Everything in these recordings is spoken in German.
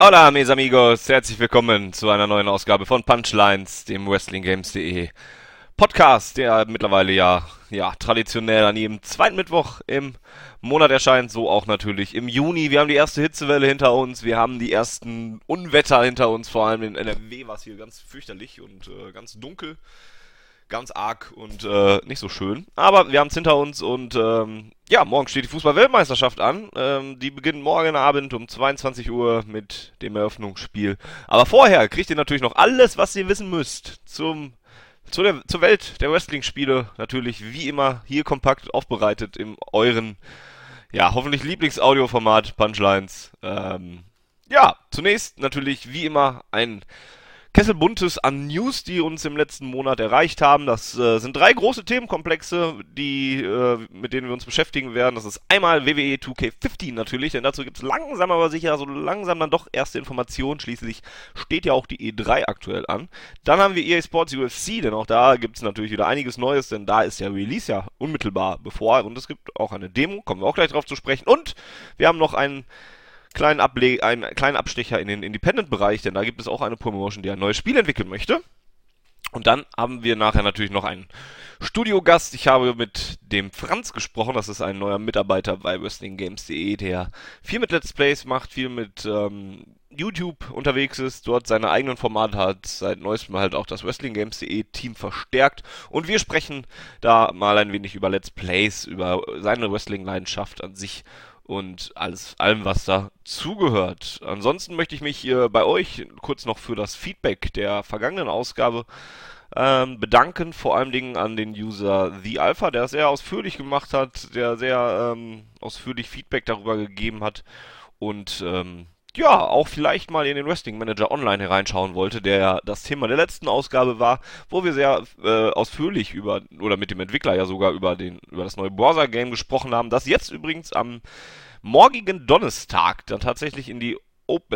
Hola, mis amigos, herzlich willkommen zu einer neuen Ausgabe von Punchlines, dem WrestlingGames.de Podcast, der mittlerweile ja traditionell an jedem zweiten Mittwoch im Monat erscheint, so auch natürlich im Juni. Wir haben die erste Hitzewelle hinter uns, wir haben die ersten Unwetter hinter uns, vor allem in NRW war es hier ganz fürchterlich und ganz dunkel, ganz arg und nicht so schön. Aber wir haben es hinter uns und ja, morgen steht die Fußball-Weltmeisterschaft an. Die beginnt morgen Abend um 22 Uhr mit dem Eröffnungsspiel. Aber vorher kriegt ihr natürlich noch alles, was ihr wissen müsst zur Welt der Wrestling-Spiele. Natürlich wie immer hier kompakt aufbereitet in euren, ja, hoffentlich Lieblingsaudioformat Punchlines. Ja, zunächst natürlich wie immer ein Kessel Buntes an News, die uns im letzten Monat erreicht haben. Das sind drei große Themenkomplexe, mit denen wir uns beschäftigen werden. Das ist einmal WWE 2K15 natürlich, denn dazu gibt es langsam aber sicher so langsam dann doch erste Informationen. Schließlich steht ja auch die E3 aktuell an. Dann haben wir EA Sports UFC, denn auch da gibt es natürlich wieder einiges Neues, denn da ist der Release ja unmittelbar bevor und es gibt auch eine Demo, kommen wir auch gleich drauf zu sprechen. Und wir haben noch einen kleinen Abstecher in den Independent-Bereich, denn da gibt es auch eine Promotion, die ein neues Spiel entwickeln möchte. Und dann haben wir nachher natürlich noch einen Studiogast. Ich habe mit dem Franz gesprochen, das ist ein neuer Mitarbeiter bei WrestlingGames.de, der viel mit Let's Plays macht, viel mit YouTube unterwegs ist, dort seine eigenen Formate hat, seit neuestem halt auch das WrestlingGames.de Team verstärkt. Und wir sprechen da mal ein wenig über Let's Plays, über seine Wrestling-Leidenschaft an sich und allem, was da zugehört. Ansonsten möchte ich mich bei euch kurz noch für das Feedback der vergangenen Ausgabe bedanken, vor allem Dingen an den User The Alpha, der es sehr ausführlich gemacht hat, der sehr ausführlich Feedback darüber gegeben hat und ja, auch vielleicht mal in den Wrestling Manager Online hereinschauen wollte, der ja das Thema der letzten Ausgabe war, wo wir sehr ausführlich oder mit dem Entwickler ja sogar über das neue Browser-Game gesprochen haben, das jetzt übrigens am morgigen Donnerstag dann tatsächlich in die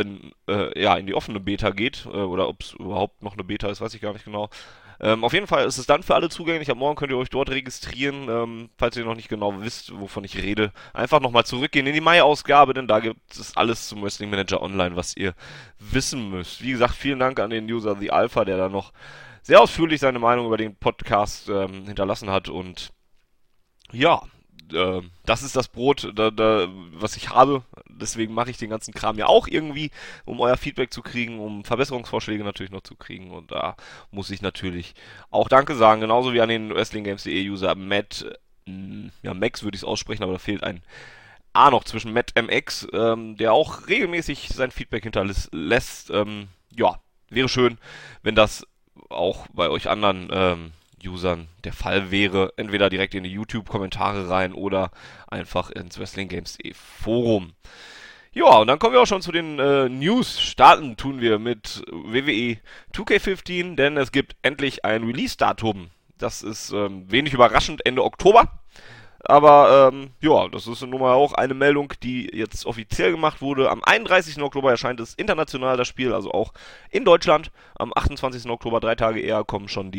in die offene Beta geht, oder ob es überhaupt noch eine Beta ist, weiß ich gar nicht genau. Auf jeden Fall ist es dann für alle zugänglich. Ab morgen könnt ihr euch dort registrieren, falls ihr noch nicht genau wisst, wovon ich rede. Einfach nochmal zurückgehen in die Mai-Ausgabe, denn da gibt es alles zum Wrestling Manager Online, was ihr wissen müsst. Wie gesagt, vielen Dank an den User The Alpha, der da noch sehr ausführlich seine Meinung über den Podcast hinterlassen hat und ja, das ist das Brot, was ich habe. Deswegen mache ich den ganzen Kram ja auch irgendwie, um euer Feedback zu kriegen, um Verbesserungsvorschläge natürlich noch zu kriegen. Und da muss ich natürlich auch Danke sagen, genauso wie an den WrestlingGames.de User Matt, ja, Max würde ich es aussprechen, aber da fehlt ein A noch zwischen Matt MX, der auch regelmäßig sein Feedback hinterlässt. Ja, wäre schön, wenn das auch bei euch anderen Usern der Fall wäre. Entweder direkt in die YouTube-Kommentare rein oder einfach ins Wrestling Games.de Forum. Ja, und dann kommen wir auch schon zu den News. Starten tun wir mit WWE 2K15, denn es gibt endlich ein Release-Datum. Das ist wenig überraschend, Ende Oktober. Aber ja, das ist nun mal auch eine Meldung, die jetzt offiziell gemacht wurde. Am 31. Oktober erscheint es international das Spiel, also auch in Deutschland. Am 28. Oktober, 3 Tage eher, kommen schon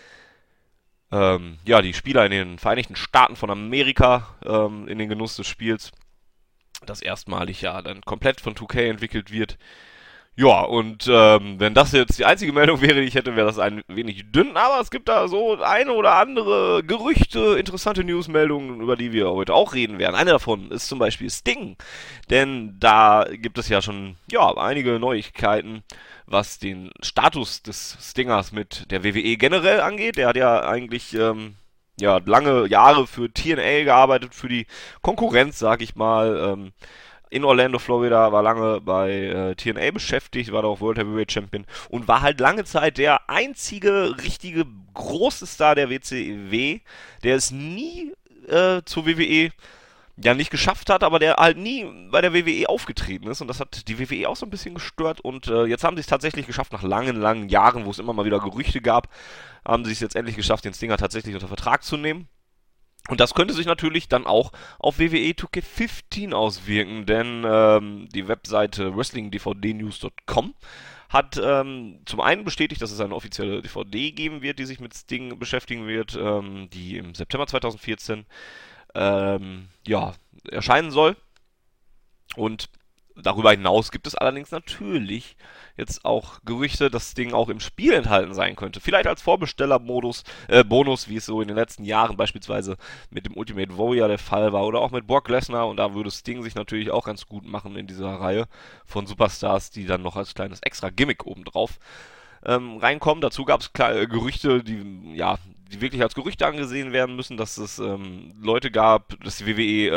ja, die Spieler in den Vereinigten Staaten von Amerika in den Genuss des Spiels, das erstmalig ja dann komplett von 2K entwickelt wird. Ja, und wenn das jetzt die einzige Meldung wäre, die ich hätte, wäre das ein wenig dünn, aber es gibt da so eine oder andere Gerüchte, interessante Newsmeldungen, über die wir heute auch reden werden. Eine davon ist zum Beispiel Sting, denn da gibt es ja schon, ja, einige Neuigkeiten, was den Status des Stingers mit der WWE generell angeht. Der hat ja eigentlich, ja, lange Jahre für TNA gearbeitet, für die Konkurrenz, sag ich mal, in Orlando, Florida, war lange bei TNA beschäftigt, war da auch World Heavyweight Champion und war halt lange Zeit der einzige richtige große Star der WCW, der es nie zur WWE ja nicht geschafft hat, aber der halt nie bei der WWE aufgetreten ist und das hat die WWE auch so ein bisschen gestört und jetzt haben sie es tatsächlich geschafft, nach langen, langen Jahren, wo es immer mal wieder Gerüchte gab, haben sie es jetzt endlich geschafft, den Stinger tatsächlich unter Vertrag zu nehmen. Und das könnte sich natürlich dann auch auf WWE 2K15 auswirken, denn die Webseite WrestlingDVDnews.com hat zum einen bestätigt, dass es eine offizielle DVD geben wird, die sich mit Sting beschäftigen wird, die im September 2014 ja, erscheinen soll. Und Darüber hinaus gibt es allerdings natürlich jetzt auch Gerüchte, dass Sting auch im Spiel enthalten sein könnte. Vielleicht als Vorbestellermodus, Bonus, wie es so in den letzten Jahren beispielsweise mit dem Ultimate Warrior der Fall war oder auch mit Brock Lesnar. Und da würde Sting sich natürlich auch ganz gut machen in dieser Reihe von Superstars, die dann noch als kleines extra Gimmick obendrauf reinkommen. Dazu gab es Gerüchte, die wirklich als Gerüchte angesehen werden müssen, dass es Leute gab, dass die WWE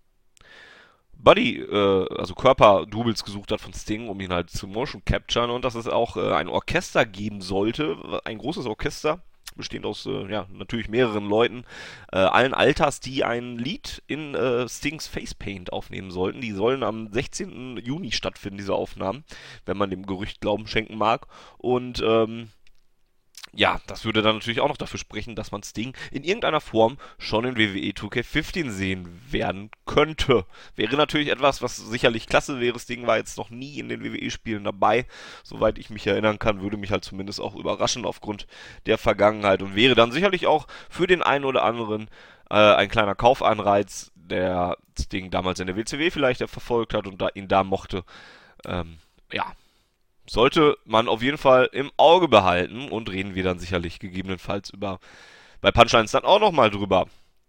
also Körperdoubles gesucht hat von Sting, um ihn halt zu Motion Capturen und dass es auch ein Orchester geben sollte, ein großes Orchester, bestehend aus natürlich mehreren Leuten, allen Alters, die ein Lied in Stings Facepaint aufnehmen sollten. Die sollen am 16. Juni stattfinden, diese Aufnahmen, wenn man dem Gerücht Glauben schenken mag. Und ja, das würde dann natürlich auch noch dafür sprechen, dass man Sting in irgendeiner Form schon in WWE 2K15 sehen werden könnte. Wäre natürlich etwas, was sicherlich klasse wäre. Sting war jetzt noch nie in den WWE-Spielen dabei. Soweit ich mich erinnern kann, würde mich halt zumindest auch überraschen aufgrund der Vergangenheit und wäre dann sicherlich auch für den einen oder anderen ein kleiner Kaufanreiz, der Sting damals in der WCW vielleicht verfolgt hat und ihn da mochte. Ja, sollte man auf jeden Fall im Auge behalten und reden wir dann sicherlich gegebenenfalls bei Punchlines dann auch nochmal drüber.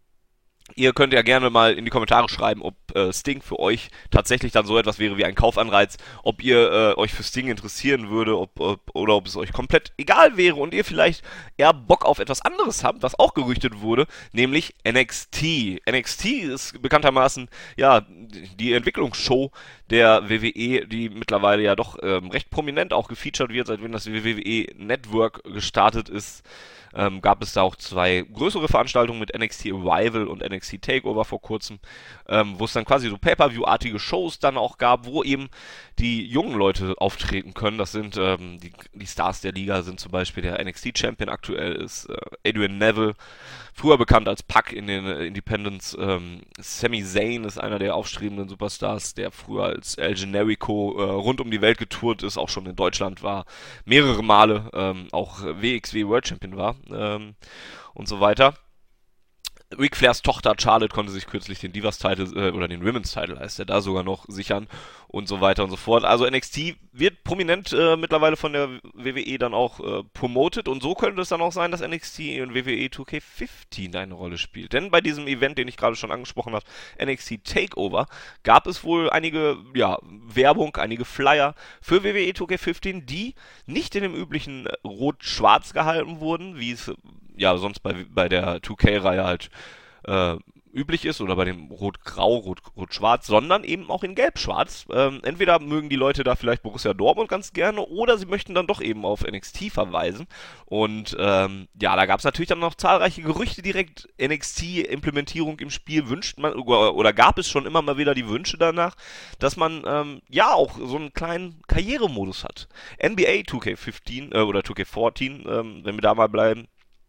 Ihr könnt ja gerne mal in die Kommentare schreiben, ob Sting für euch tatsächlich dann so etwas wäre wie ein Kaufanreiz, ob ihr euch für Sting interessieren würde oder ob es euch komplett egal wäre und ihr vielleicht eher Bock auf etwas anderes habt, was auch gerüchtet wurde, nämlich NXT. NXT ist bekanntermaßen ja die Entwicklungsshow der WWE, die mittlerweile ja doch recht prominent auch gefeatured wird, seitdem das WWE Network gestartet ist. Gab es da auch zwei größere Veranstaltungen mit NXT Arrival und NXT Takeover vor kurzem, wo es dann quasi so Pay-Per-View-artige Shows dann auch gab, wo eben die jungen Leute auftreten können. Das sind die Stars der Liga, sind zum Beispiel der NXT-Champion aktuell ist Adrian Neville, früher bekannt als Pac in den Independents. Sami Zayn ist einer der aufstrebenden Superstars, der früher als El Generico rund um die Welt getourt ist, auch schon in Deutschland war, mehrere Male auch WXW World Champion war und so weiter. Ric Flairs Tochter Charlotte konnte sich kürzlich den Divas-Title oder den Women's-Title heißt der da sogar noch sichern und so weiter und so fort. Also NXT wird prominent mittlerweile von der WWE dann auch promoted und so könnte es dann auch sein, dass NXT in WWE 2K15 eine Rolle spielt. Denn bei diesem Event, den ich gerade schon angesprochen habe, NXT Takeover, gab es wohl einige Werbung, einige Flyer für WWE 2K15, die nicht in dem üblichen Rot-Schwarz gehalten wurden, wie es ja sonst bei der 2K-Reihe halt üblich ist oder bei dem Rot-Grau, Rot-Schwarz, sondern eben auch in Gelb-Schwarz. Entweder mögen die Leute da vielleicht Borussia Dortmund ganz gerne oder sie möchten dann doch eben auf NXT verweisen. Und da gab es natürlich dann noch zahlreiche Gerüchte direkt. NXT-Implementierung im Spiel wünscht man oder gab es schon immer mal wieder die Wünsche danach, dass man auch so einen kleinen Karrieremodus hat. NBA 2K15 oder 2K14, wenn wir da mal bleiben.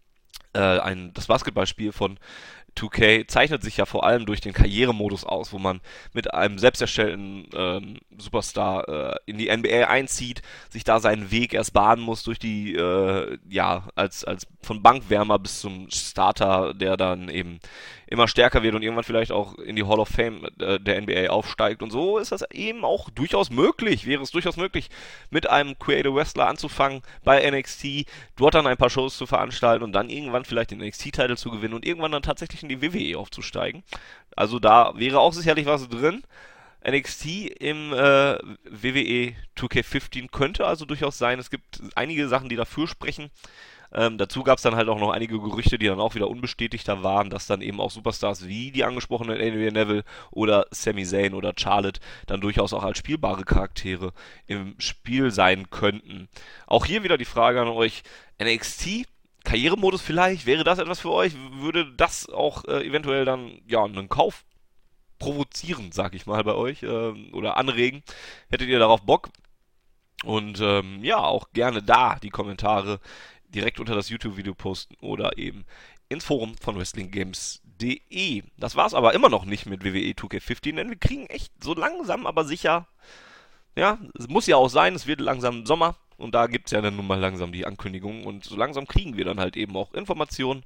Das Basketballspiel von 2K zeichnet sich ja vor allem durch den Karrieremodus aus, wo man mit einem selbst erstellten Superstar in die NBA einzieht, sich da seinen Weg erst bahnen muss durch die, als von Bankwärmer bis zum Starter, der dann eben immer stärker wird und irgendwann vielleicht auch in die Hall of Fame der NBA aufsteigt. Und so ist das eben auch durchaus möglich, wäre es durchaus möglich, mit einem Creative Wrestler anzufangen bei NXT, dort dann ein paar Shows zu veranstalten und dann irgendwann vielleicht den NXT-Titel zu gewinnen und irgendwann dann tatsächlich in die WWE aufzusteigen. Also da wäre auch sicherlich was drin. NXT im WWE 2K15 könnte also durchaus sein. Es gibt einige Sachen, die dafür sprechen. Dazu gab es dann halt auch noch einige Gerüchte, die dann auch wieder unbestätigter waren, dass dann eben auch Superstars wie die angesprochenen Adrian Neville oder Sami Zayn oder Charlotte dann durchaus auch als spielbare Charaktere im Spiel sein könnten. Auch hier wieder die Frage an euch, NXT, Karrieremodus vielleicht, wäre das etwas für euch? Würde das auch eventuell dann einen Kauf provozieren, sag ich mal, bei euch oder anregen? Hättet ihr darauf Bock? Und auch gerne da die Kommentare direkt unter das YouTube-Video posten oder eben ins Forum von WrestlingGames.de. Das war's aber immer noch nicht mit WWE 2K15, denn wir kriegen echt so langsam, aber sicher, es muss ja auch sein, es wird langsam Sommer und da gibt's ja dann nun mal langsam die Ankündigungen und so langsam kriegen wir dann halt eben auch Informationen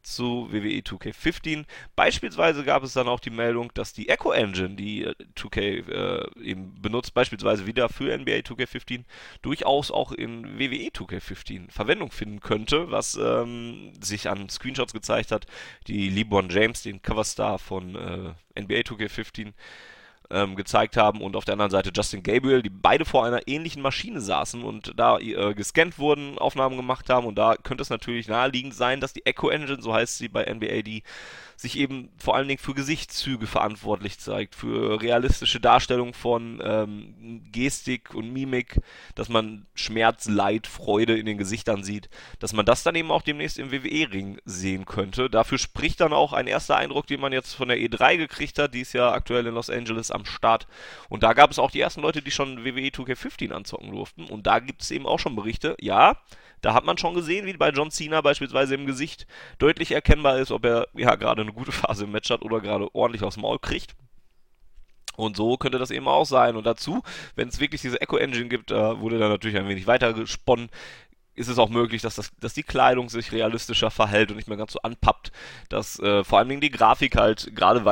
zu WWE 2K15. Beispielsweise gab es dann auch die Meldung, dass die Echo Engine, die 2K eben benutzt, beispielsweise wieder für NBA 2K15, durchaus auch in WWE 2K15 Verwendung finden könnte, was sich an Screenshots gezeigt hat, die LeBron James, den Coverstar von NBA 2K15, gezeigt haben, und auf der anderen Seite Justin Gabriel, die beide vor einer ähnlichen Maschine saßen und da gescannt wurden, Aufnahmen gemacht haben, und da könnte es natürlich naheliegend sein, dass die Echo Engine, so heißt sie bei NBA, die sich eben vor allen Dingen für Gesichtszüge verantwortlich zeigt, für realistische Darstellung von Gestik und Mimik, dass man Schmerz, Leid, Freude in den Gesichtern sieht, dass man das dann eben auch demnächst im WWE-Ring sehen könnte. Dafür spricht dann auch ein erster Eindruck, den man jetzt von der E3 gekriegt hat, die ist ja aktuell in Los Angeles am Start, und da gab es auch die ersten Leute, die schon WWE 2K15 anzocken durften, und da gibt es eben auch schon Berichte, ja, da hat man schon gesehen, wie bei John Cena beispielsweise im Gesicht deutlich erkennbar ist, ob er ja gerade eine gute Phase im Match hat oder gerade ordentlich aufs Maul kriegt. Und so könnte das eben auch sein. Und dazu, wenn es wirklich diese Echo Engine gibt, wurde dann natürlich ein wenig weiter gesponnen, ist es auch möglich, dass die Kleidung sich realistischer verhält und nicht mehr ganz so anpappt. Dass vor allen Dingen die Grafik halt, gerade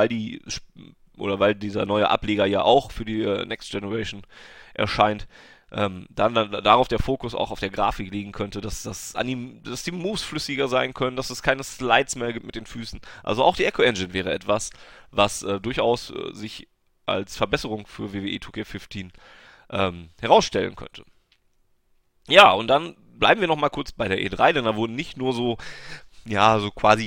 weil dieser neue Ableger ja auch für die Next Generation erscheint, dann darauf der Fokus auch auf der Grafik liegen könnte, dass die Moves flüssiger sein können, dass es keine Slides mehr gibt mit den Füßen. Also auch die Echo Engine wäre etwas, was durchaus sich als Verbesserung für WWE 2K15 herausstellen könnte. Ja, und dann bleiben wir nochmal kurz bei der E3, denn da wurden nicht nur so, ja, so quasi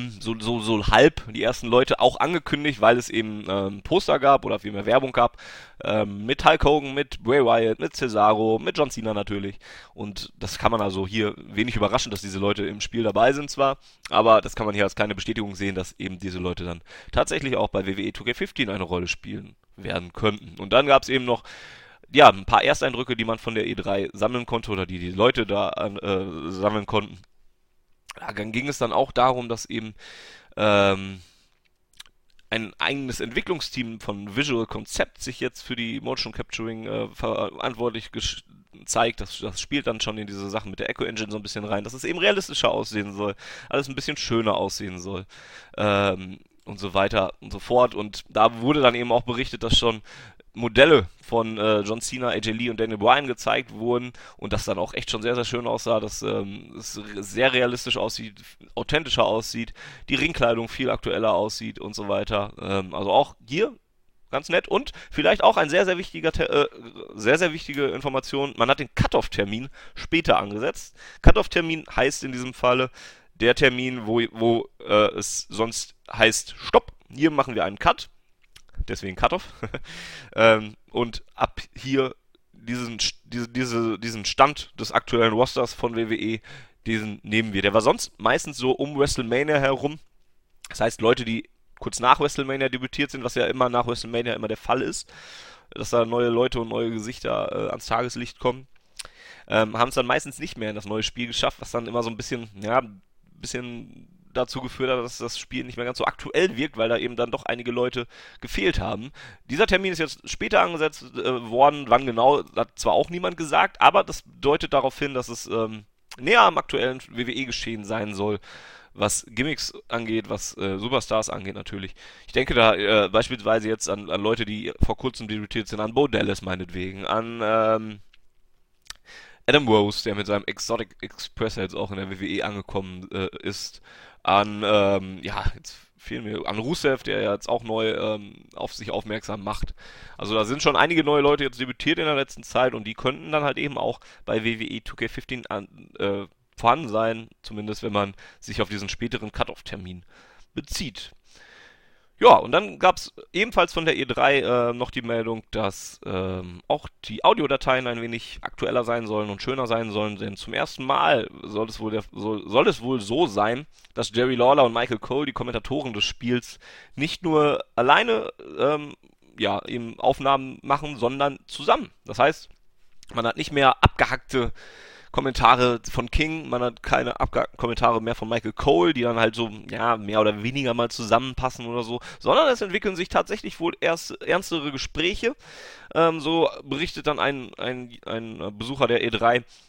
so halb die ersten Leute auch angekündigt, weil es eben Poster gab oder viel mehr Werbung gab, mit Hulk Hogan, mit Bray Wyatt, mit Cesaro, mit John Cena natürlich, und das kann man also hier wenig überraschen, dass diese Leute im Spiel dabei sind zwar, aber das kann man hier als keine Bestätigung sehen, dass eben diese Leute dann tatsächlich auch bei WWE 2K15 eine Rolle spielen werden könnten. Und dann gab es eben noch ja, ein paar Ersteindrücke, die man von der E3 sammeln konnte oder die Leute da sammeln konnten. Dann ging es dann auch darum, dass eben ein eigenes Entwicklungsteam von Visual Concept sich jetzt für die Motion Capturing verantwortlich zeigt. Das spielt dann schon in diese Sachen mit der Echo Engine so ein bisschen rein, dass es eben realistischer aussehen soll, alles ein bisschen schöner aussehen soll. Und so weiter und so fort. Und da wurde dann eben auch berichtet, dass schon Modelle von John Cena, AJ Lee und Daniel Bryan gezeigt wurden und das dann auch echt schon sehr, sehr schön aussah, dass es sehr realistisch aussieht, authentischer aussieht, die Ringkleidung viel aktueller aussieht und so weiter. Also auch hier ganz nett, und vielleicht auch ein sehr, sehr wichtige Information: Man hat den Cut-Off-Termin später angesetzt. Cut-Off-Termin heißt in diesem Falle der Termin, wo es sonst heißt Stopp, hier machen wir einen Cut. Deswegen Cut-Off. Und ab hier diesen Stand des aktuellen Rosters von WWE, diesen nehmen wir. Der war sonst meistens so um WrestleMania herum. Das heißt, Leute, die kurz nach WrestleMania debütiert sind, was ja immer nach WrestleMania immer der Fall ist, dass da neue Leute und neue Gesichter ans Tageslicht kommen, haben es dann meistens nicht mehr in das neue Spiel geschafft, was dann immer so ein bisschen dazu geführt hat, dass das Spiel nicht mehr ganz so aktuell wirkt, weil da eben dann doch einige Leute gefehlt haben. Dieser Termin ist jetzt später angesetzt worden, wann genau, hat zwar auch niemand gesagt, aber das deutet darauf hin, dass es näher am aktuellen WWE-Geschehen sein soll, was Gimmicks angeht, was Superstars angeht natürlich. Ich denke da beispielsweise jetzt an Leute, die vor kurzem debütiert sind, an Bo Dallas meinetwegen, an Adam Rose, der mit seinem Exotic Express jetzt auch in der WWE angekommen ist, an, jetzt fehlen mir, an Rusev, der jetzt auch neu auf sich aufmerksam macht. Also da sind schon einige neue Leute jetzt debütiert in der letzten Zeit, und die könnten dann halt eben auch bei WWE 2K15 vorhanden sein, zumindest wenn man sich auf diesen späteren Cut-Off-Termin bezieht. Ja, und dann gab es ebenfalls von der E3 noch die Meldung, dass auch die Audiodateien ein wenig aktueller sein sollen und schöner sein sollen, denn zum ersten Mal soll es wohl so sein, dass Jerry Lawler und Michael Cole, die Kommentatoren des Spiels, nicht nur alleine eben Aufnahmen machen, sondern zusammen. Das heißt, man hat nicht mehr abgehackte Kommentare von King, man hat keine Kommentare mehr von Michael Cole, die dann halt so, ja, mehr oder weniger mal zusammenpassen oder so, sondern es entwickeln sich tatsächlich wohl erst ernstere Gespräche. So berichtet dann ein Besucher der E3,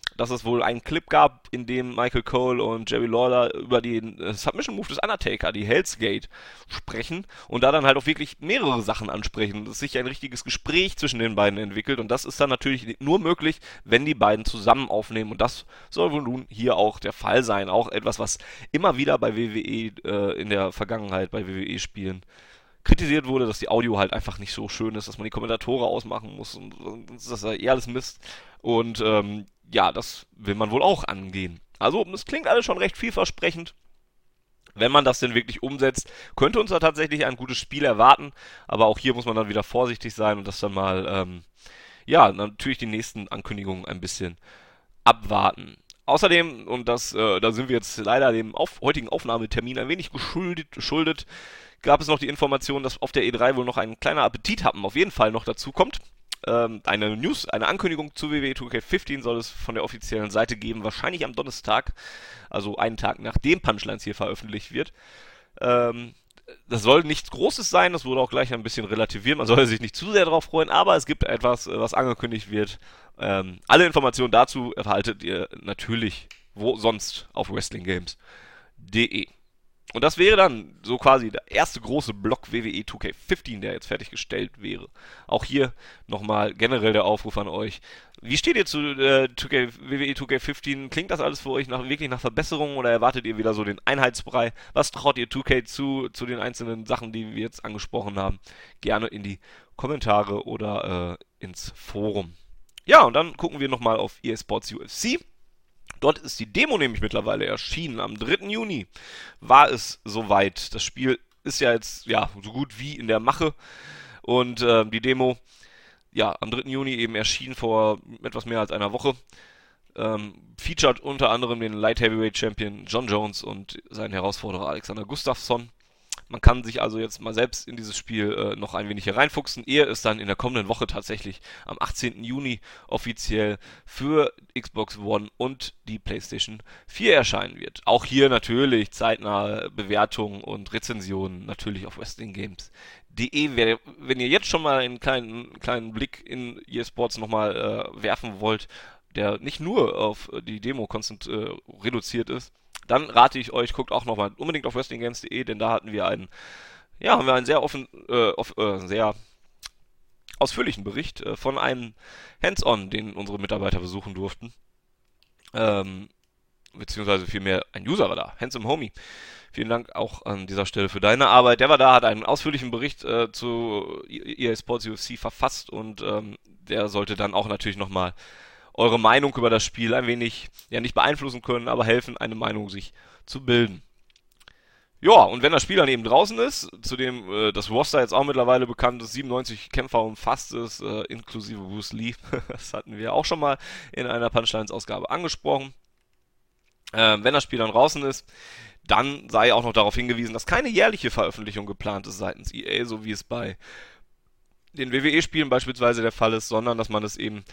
dass es wohl einen Clip gab, in dem Michael Cole und Jerry Lawler über den Submission Move des Undertaker, die Hell's Gate, sprechen und da dann halt auch wirklich mehrere Sachen ansprechen, dass sich ein richtiges Gespräch zwischen den beiden entwickelt und das ist dann natürlich nur möglich, wenn die beiden zusammen aufnehmen und das soll wohl nun hier auch der Fall sein. Auch etwas, was immer wieder bei WWE in der Vergangenheit bei WWE-Spielen kritisiert wurde, dass die Audio halt einfach nicht so schön ist, dass man die Kommentatoren ausmachen muss und das ist ja eh alles Mist. Und ja, das will man wohl auch angehen. Also, es klingt alles schon recht vielversprechend. Wenn man das denn wirklich umsetzt, könnte uns da tatsächlich ein gutes Spiel erwarten. Aber auch hier muss man dann wieder vorsichtig sein und das dann mal, ja, natürlich die nächsten Ankündigungen ein bisschen abwarten. Außerdem, und da sind wir jetzt leider dem heutigen Aufnahmetermin ein wenig geschuldet, gab es noch die Information, dass auf der E3 wohl noch ein kleiner Appetithappen auf jeden Fall noch dazu kommt. Eine Ankündigung zu WWE 2K15 soll es von der offiziellen Seite geben, wahrscheinlich am Donnerstag, also einen Tag nachdem Punchlines hier veröffentlicht wird. Das soll nichts Großes sein, das wurde auch gleich ein bisschen relativiert, man soll sich nicht zu sehr darauf freuen, aber es gibt etwas, was angekündigt wird. Alle Informationen dazu erhaltet ihr natürlich wo sonst auf wrestlinggames.de. Und das wäre dann so quasi der erste große Block WWE 2K15, der jetzt fertiggestellt wäre. Auch hier nochmal generell der Aufruf an euch. Wie steht ihr zu WWE 2K15? Klingt das alles für euch wirklich nach Verbesserungen oder erwartet ihr wieder so den Einheitsbrei? Was traut ihr 2K zu den einzelnen Sachen, die wir jetzt angesprochen haben? Gerne in die Kommentare oder ins Forum. Ja, und dann gucken wir nochmal auf EA Sports UFC. Dort ist die Demo nämlich mittlerweile erschienen. Am 3. Juni war es soweit. Das Spiel ist ja jetzt so gut wie in der Mache. Und die Demo, ja, am 3. Juni eben erschienen vor etwas mehr als einer Woche. Featured unter anderem den Light Heavyweight Champion John Jones und seinen Herausforderer Alexander Gustafsson. Man kann sich also jetzt mal selbst in dieses Spiel noch ein wenig hereinfuchsen, ehe es dann in der kommenden Woche tatsächlich am 18. Juni offiziell für Xbox One und die PlayStation 4 erscheinen wird. Auch hier natürlich zeitnahe Bewertungen und Rezensionen natürlich auf wrestlinggames.de. Wenn ihr jetzt schon mal einen kleinen Blick in EA Sports nochmal werfen wollt, der nicht nur auf die Demo reduziert ist, dann rate ich euch, guckt auch nochmal unbedingt auf wrestlinggames.de, denn da haben wir einen sehr ausführlichen Bericht von einem Hands-on, den unsere Mitarbeiter besuchen durften. Beziehungsweise vielmehr ein User war da, Handsome Homie. Vielen Dank auch an dieser Stelle für deine Arbeit. Der war da, hat einen ausführlichen Bericht zu EA Sports UFC verfasst und der sollte dann auch natürlich nochmal eure Meinung über das Spiel ein wenig, nicht beeinflussen können, aber helfen, eine Meinung sich zu bilden. Ja, und wenn das Spiel dann eben draußen ist, zu dem das Roster jetzt auch mittlerweile bekannt ist, 97 Kämpfer umfasst ist, inklusive Bruce Lee, das hatten wir auch schon mal in einer Punchlines-Ausgabe angesprochen. Wenn das Spiel dann draußen ist, dann sei auch noch darauf hingewiesen, dass keine jährliche Veröffentlichung geplant ist seitens EA, so wie es bei den WWE-Spielen beispielsweise der Fall ist, sondern dass man es eben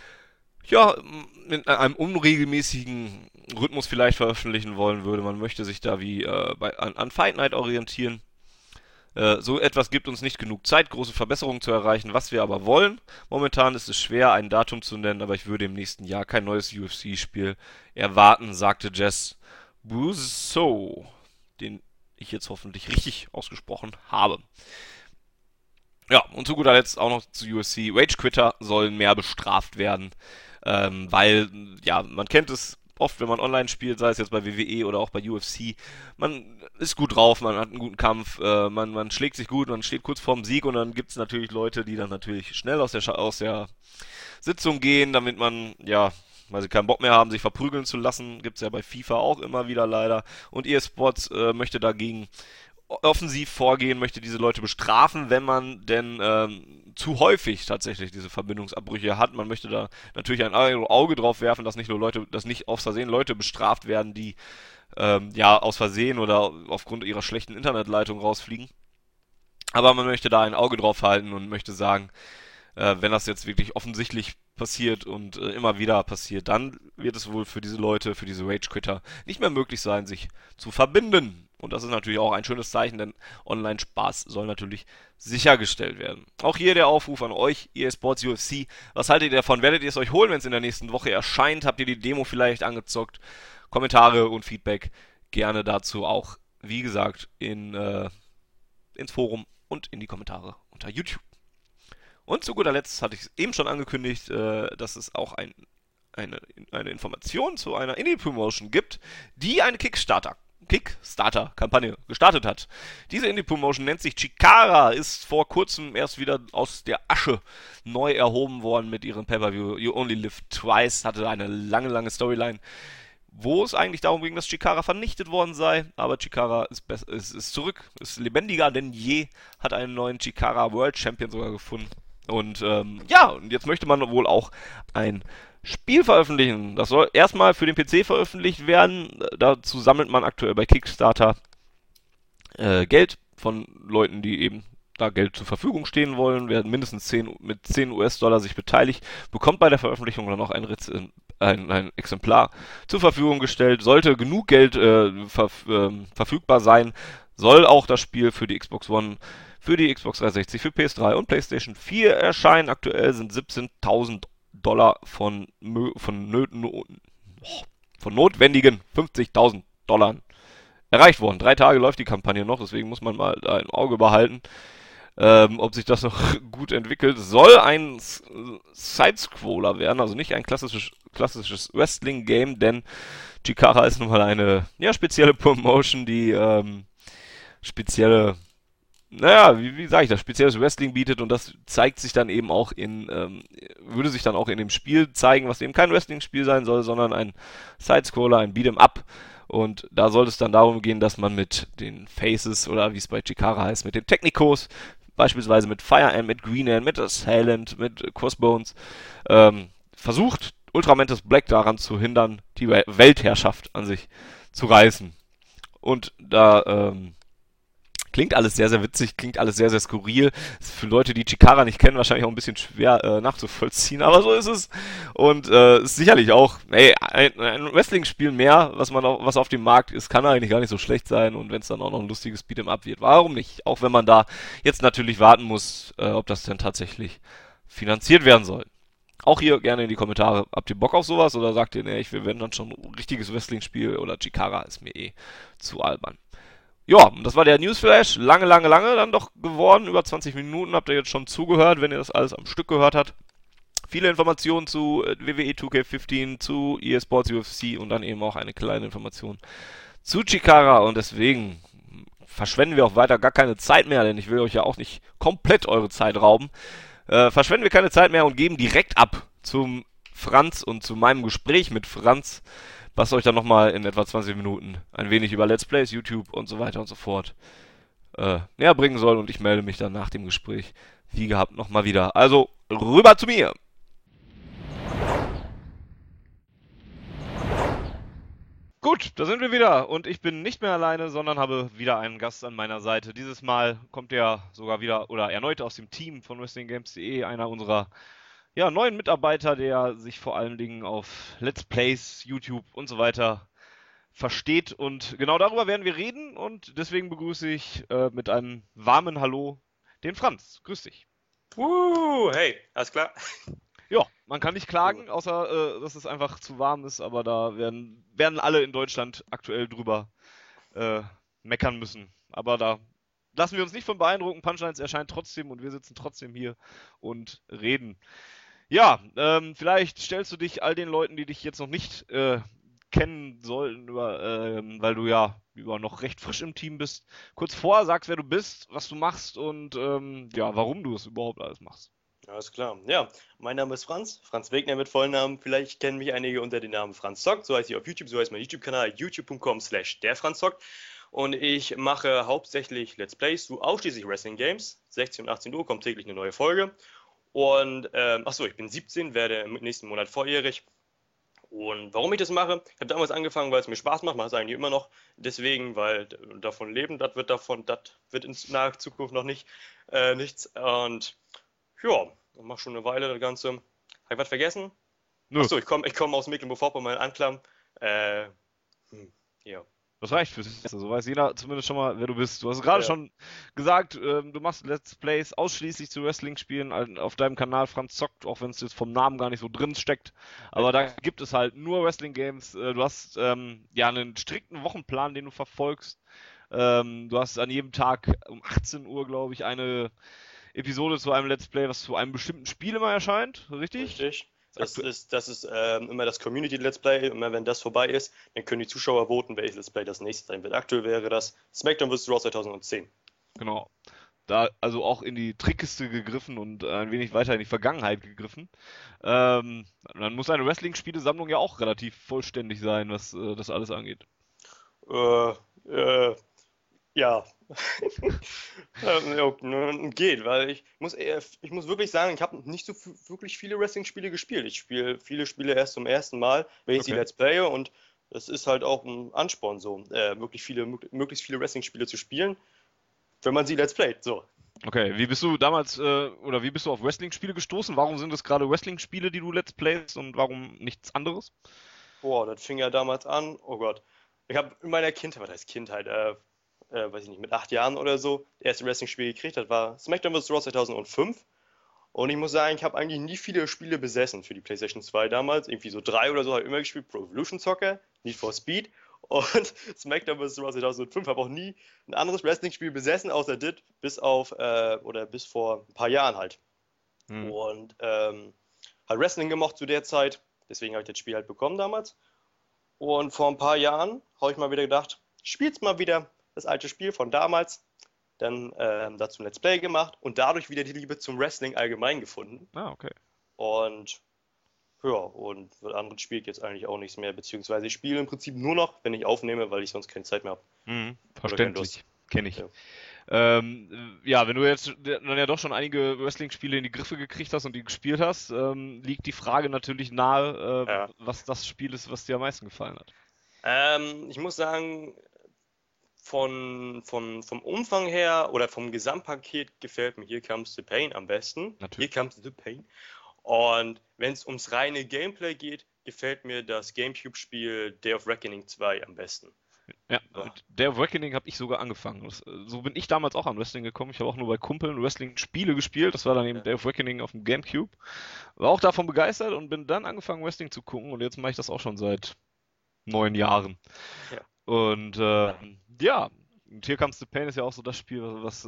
in einem unregelmäßigen Rhythmus vielleicht veröffentlichen wollen würde. Man möchte sich da wie an Fight Night orientieren. So etwas gibt uns nicht genug Zeit, große Verbesserungen zu erreichen, was wir aber wollen. Momentan ist es schwer, ein Datum zu nennen, aber ich würde im nächsten Jahr kein neues UFC-Spiel erwarten, sagte Jess Broussard, den ich jetzt hoffentlich richtig ausgesprochen habe. Ja, und zu guter Letzt auch noch zu UFC. Rage-Quitter sollen mehr bestraft werden, weil, man kennt es oft, wenn man online spielt, sei es jetzt bei WWE oder auch bei UFC, man ist gut drauf, man hat einen guten Kampf, man schlägt sich gut, man steht kurz vorm Sieg und dann gibt es natürlich Leute, die dann natürlich schnell aus der Sitzung gehen, damit man, weil sie keinen Bock mehr haben, sich verprügeln zu lassen, gibt es ja bei FIFA auch immer wieder leider. Und EA Sports möchte dagegen offensiv vorgehen, möchte diese Leute bestrafen, wenn man denn zu häufig tatsächlich diese Verbindungsabbrüche hat. Man möchte da natürlich ein Auge drauf werfen, dass nicht aus Versehen Leute bestraft werden, die aus Versehen oder aufgrund ihrer schlechten Internetleitung rausfliegen. Aber man möchte da ein Auge drauf halten und möchte sagen, wenn das jetzt wirklich offensichtlich passiert und immer wieder passiert, dann wird es wohl für diese Leute, für diese Rage-Quitter nicht mehr möglich sein, sich zu verbinden. Und das ist natürlich auch ein schönes Zeichen, denn Online-Spaß soll natürlich sichergestellt werden. Auch hier der Aufruf an euch, EA Sports UFC. Was haltet ihr davon? Werdet ihr es euch holen, wenn es in der nächsten Woche erscheint? Habt ihr die Demo vielleicht angezockt? Kommentare und Feedback gerne dazu auch, wie gesagt, ins Forum und in die Kommentare unter YouTube. Und zu guter Letzt hatte ich es eben schon angekündigt, dass es auch eine Information zu einer Indie-Promotion gibt, die eine Kickstarter-Kampagne gestartet hat. Diese Indie-Promotion nennt sich Chikara, ist vor kurzem erst wieder aus der Asche neu erhoben worden mit ihrem Pay-Per-View You Only Live Twice, hatte eine lange Storyline, wo es eigentlich darum ging, dass Chikara vernichtet worden sei, aber Chikara ist zurück, ist lebendiger denn je, hat einen neuen Chikara World Champion sogar gefunden. Und und jetzt möchte man wohl auch ein Spiel veröffentlichen. Das soll erstmal für den PC veröffentlicht werden. Dazu sammelt man aktuell bei Kickstarter Geld von Leuten, die eben da Geld zur Verfügung stehen wollen, werden mindestens 10 US-Dollar sich beteiligt, bekommt bei der Veröffentlichung dann auch ein Exemplar zur Verfügung gestellt. Sollte genug Geld verfügbar sein, soll auch das Spiel für die Xbox One, für die Xbox 360, für PS3 und PlayStation 4 erscheinen. Aktuell sind 17.000 Dollar von notwendigen 50.000 Dollar erreicht worden. 3 Tage läuft die Kampagne noch, deswegen muss man mal da ein Auge behalten, ob sich das noch gut entwickelt. Soll ein Sidescroller werden, also nicht ein klassisches Wrestling-Game, denn Chikara ist nun mal eine spezielle Promotion, die wie sage ich das, spezielles Wrestling bietet, und das zeigt sich dann eben auch würde sich dann auch in dem Spiel zeigen, was eben kein Wrestling-Spiel sein soll, sondern ein Sidescroller, ein Beat'em Up. Und da soll es dann darum gehen, dass man mit den Faces, oder wie es bei Chikara heißt, mit den Technicos, beispielsweise mit Fire Ant, mit Green Ant, mit Assailant, mit Crossbones, versucht, Ultramantis Black daran zu hindern, die Weltherrschaft an sich zu reißen. Und da klingt alles sehr witzig, klingt alles sehr skurril. Ist für Leute, die Chikara nicht kennen, wahrscheinlich auch ein bisschen schwer nachzuvollziehen, aber so ist es. Und ist sicherlich auch, ein Wrestling-Spiel mehr, was auf dem Markt ist, kann eigentlich gar nicht so schlecht sein. Und wenn es dann auch noch ein lustiges Beat'em Up wird, warum nicht? Auch wenn man da jetzt natürlich warten muss, ob das denn tatsächlich finanziert werden soll. Auch hier gerne in die Kommentare. Habt ihr Bock auf sowas oder sagt ihr, ich will wenn dann schon ein richtiges Wrestling-Spiel, oder Chikara ist mir zu albern. Ja, das war der Newsflash. Lange dann doch geworden. Über 20 Minuten habt ihr jetzt schon zugehört, wenn ihr das alles am Stück gehört habt. Viele Informationen zu WWE 2K15, zu EA Sports UFC und dann eben auch eine kleine Information zu Chikara. Und deswegen verschwenden wir auch weiter gar keine Zeit mehr, denn ich will euch ja auch nicht komplett eure Zeit rauben. Verschwenden wir keine Zeit mehr und geben direkt ab zum Franz und zu meinem Gespräch mit Franz, was euch dann nochmal in etwa 20 Minuten ein wenig über Let's Plays, YouTube und so weiter und so fort näher bringen soll. Und ich melde mich dann nach dem Gespräch, wie gehabt, nochmal wieder. Also, rüber zu mir! Gut, da sind wir wieder und ich bin nicht mehr alleine, sondern habe wieder einen Gast an meiner Seite. Dieses Mal kommt er sogar wieder oder erneut aus dem Team von WrestlingGames.de, einer unserer neuen Mitarbeiter, der sich vor allen Dingen auf Let's Plays, YouTube und so weiter versteht. Und genau darüber werden wir reden, und deswegen begrüße ich mit einem warmen Hallo den Franz. Grüß dich. Hey, alles klar? Ja, man kann nicht klagen, außer dass es einfach zu warm ist, aber da werden alle in Deutschland aktuell drüber meckern müssen. Aber da lassen wir uns nicht von beeindrucken. Punchlines erscheint trotzdem und wir sitzen trotzdem hier und reden. Ja, vielleicht stellst du dich all den Leuten, die dich jetzt noch nicht kennen sollten, weil du ja noch recht frisch im Team bist, kurz vor, sagst, wer du bist, was du machst und warum du es überhaupt alles machst. Alles klar. Ja, mein Name ist Franz Wegner mit Vollnamen. Vielleicht kennen mich einige unter dem Namen Franz Zockt. So heißt ich auf YouTube, so heißt mein YouTube-Kanal, youtube.com/derfranzzockt. Und ich mache hauptsächlich Let's Plays zu ausschließlich Wrestling Games. 16 und 18 Uhr kommt täglich eine neue Folge. Und, ich bin 17, werde im nächsten Monat volljährig. Und warum ich das mache, ich habe damals angefangen, weil es mir Spaß macht es eigentlich immer noch. Deswegen, weil davon leben, das wird in naher Zukunft noch nicht nichts. Und ja, ich mache schon eine Weile das Ganze. Habe ich was vergessen? Nö. Achso, ich komm aus Mecklenburg-Vorpommern, Anklam. Ja. Das reicht fürs Erste. So weiß jeder zumindest schon mal, wer du bist. Du hast gerade Ja, schon gesagt, du machst Let's Plays ausschließlich zu Wrestling-Spielen auf deinem Kanal Franz Zockt, auch wenn es jetzt vom Namen gar nicht so drin steckt. Aber da richtig. gibt es halt nur Wrestling-Games. Du hast ja einen strikten Wochenplan, den du verfolgst. Du hast an jedem Tag um 18 Uhr, glaube ich, eine Episode zu einem Let's Play, was zu einem bestimmten Spiel immer erscheint, richtig? Richtig. Ist aktuell. Das ist immer das Community Let's Play. Immer wenn das vorbei ist, dann können die Zuschauer voten, welches Let's Play das nächste sein wird. Aktuell wäre das SmackDown vs. Raw 2010. Genau. Da also auch in die Trickkiste gegriffen und ein wenig weiter in die Vergangenheit gegriffen. Dann muss eine Wrestling-Spiele-Sammlung ja auch relativ vollständig sein, was das alles angeht. Äh, äh, ja. Ja, geht, weil ich muss wirklich sagen, ich habe nicht so wirklich viele Wrestling-Spiele gespielt. Ich spiele viele Spiele erst zum ersten Mal, wenn ich sie Okay. Let's Playe, und das ist halt auch ein Ansporn, so möglichst viele Wrestling-Spiele zu spielen, wenn man sie Let's Playt. So. Okay, wie bist du damals oder wie bist du auf Wrestling-Spiele gestoßen? Warum sind es gerade Wrestling-Spiele, die du Let's Playst und warum nichts anderes? Boah, das fing ja damals an. Oh Gott. Ich habe in meiner Kindheit, was heißt Kindheit, weiß ich nicht, mit 8 Jahren oder so, das erste Wrestling-Spiel gekriegt. Das war SmackDown vs. Raw 2005. Und ich muss sagen, ich habe eigentlich nie viele Spiele besessen für die PlayStation 2 damals. Irgendwie so drei oder so habe ich immer gespielt. Pro Evolution Soccer, Need for Speed und SmackDown vs. Raw 2005. Habe auch nie ein anderes Wrestling-Spiel besessen, außer das, bis vor ein paar Jahren halt. Hm. Und halt Wrestling gemocht zu der Zeit. Deswegen habe ich das Spiel halt bekommen damals. Und vor ein paar Jahren habe ich mal wieder gedacht, spiel's mal wieder das alte Spiel von damals. Dann dazu ein Let's Play gemacht und dadurch wieder die Liebe zum Wrestling allgemein gefunden. Ah, okay. Und ja, und was anderes spiele ich jetzt eigentlich auch nichts mehr, beziehungsweise ich spiele im Prinzip nur noch, wenn ich aufnehme, weil ich sonst keine Zeit mehr habe oder keine Lust. Verständlich. Kenne ich. Ja. Ja, wenn du jetzt dann ja doch schon einige Wrestling-Spiele in die Griffe gekriegt hast und die gespielt hast, liegt die Frage natürlich nahe, Ja. was das Spiel ist, was dir am meisten gefallen hat. Ich muss sagen, vom Umfang her oder vom Gesamtpaket gefällt mir Here Comes the Pain am besten. Here Natürlich. Comes the Pain. Und wenn es ums reine Gameplay geht, gefällt mir das GameCube-Spiel Day of Reckoning 2 am besten. Ja, Ja, mit Day of Reckoning habe ich sogar angefangen. So bin ich damals auch an Wrestling gekommen. Ich habe auch nur bei Kumpeln Wrestling-Spiele gespielt. Das war dann eben ja, Day of Reckoning auf dem GameCube. War auch davon begeistert und bin dann angefangen, Wrestling zu gucken. Und jetzt mache ich das auch schon seit 9 Jahren. ja. Und ja, und Here Comes the Pain ist ja auch so das Spiel, was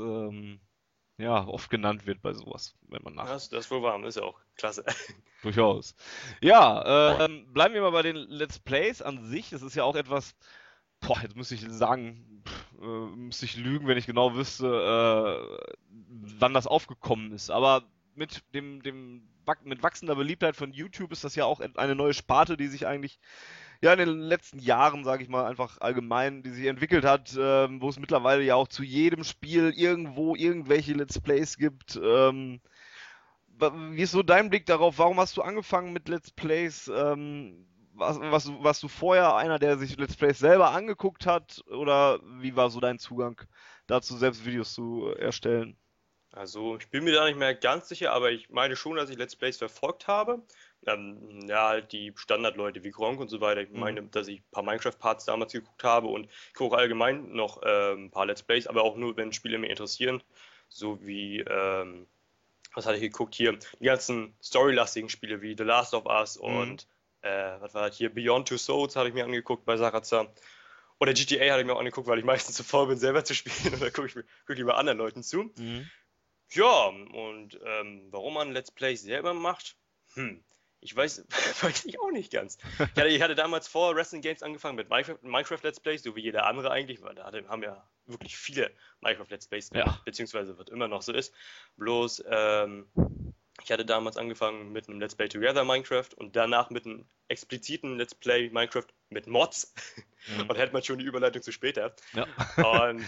ja oft genannt wird bei sowas, wenn man nach. Das ist wohl warm, ist ja auch klasse. Durchaus. Ja, bleiben wir mal bei den Let's Plays an sich. Das ist ja auch etwas. Boah, jetzt müsste ich sagen, müsste ich lügen, wenn ich genau wüsste, wann das aufgekommen ist. Aber mit wachsender Beliebtheit von YouTube ist das ja auch eine neue Sparte, die sich eigentlich ja in den letzten Jahren, sage ich mal, einfach allgemein, die sich entwickelt hat, wo es mittlerweile ja auch zu jedem Spiel irgendwo irgendwelche Let's Plays gibt. Wie ist so dein Blick darauf? Warum hast du angefangen mit Let's Plays? Warst du vorher einer, der sich Let's Plays selber angeguckt hat? Oder wie war so dein Zugang dazu, selbst Videos zu erstellen? Also, ich bin mir da nicht mehr ganz sicher, aber ich meine schon, dass ich Let's Plays verfolgt habe. Ja, halt die Standardleute wie Gronkh und so weiter. Ich Mhm. meine, dass ich ein paar Minecraft-Parts damals geguckt habe und ich gucke allgemein noch ein paar Let's Plays, aber auch nur, wenn Spiele mich interessieren. So wie, was hatte ich geguckt hier? Die ganzen storylastigen Spiele wie The Last of Us Mhm. und, was war das hier? Beyond Two Souls habe ich mir angeguckt bei Sarazar. Oder GTA hatte ich mir auch angeguckt, weil ich meistens zu faul bin, selber zu spielen. Und da guck ich lieber anderen Leuten zu. Mhm. Ja, und warum man Let's Play selber macht? Hm, ich weiß, weiß ich auch nicht ganz. Ich hatte damals vor Wrestling Games angefangen mit Minecraft Let's Plays, so wie jeder andere eigentlich, weil haben ja wirklich viele Minecraft Let's Plays gemacht, Ja. beziehungsweise was immer noch so ist. Bloß, ich hatte damals angefangen mit einem Let's Play Together Minecraft und danach mit einem expliziten Let's Play Minecraft mit Mods. Mhm. Und hätte man schon die Überleitung zu später. Ja. Und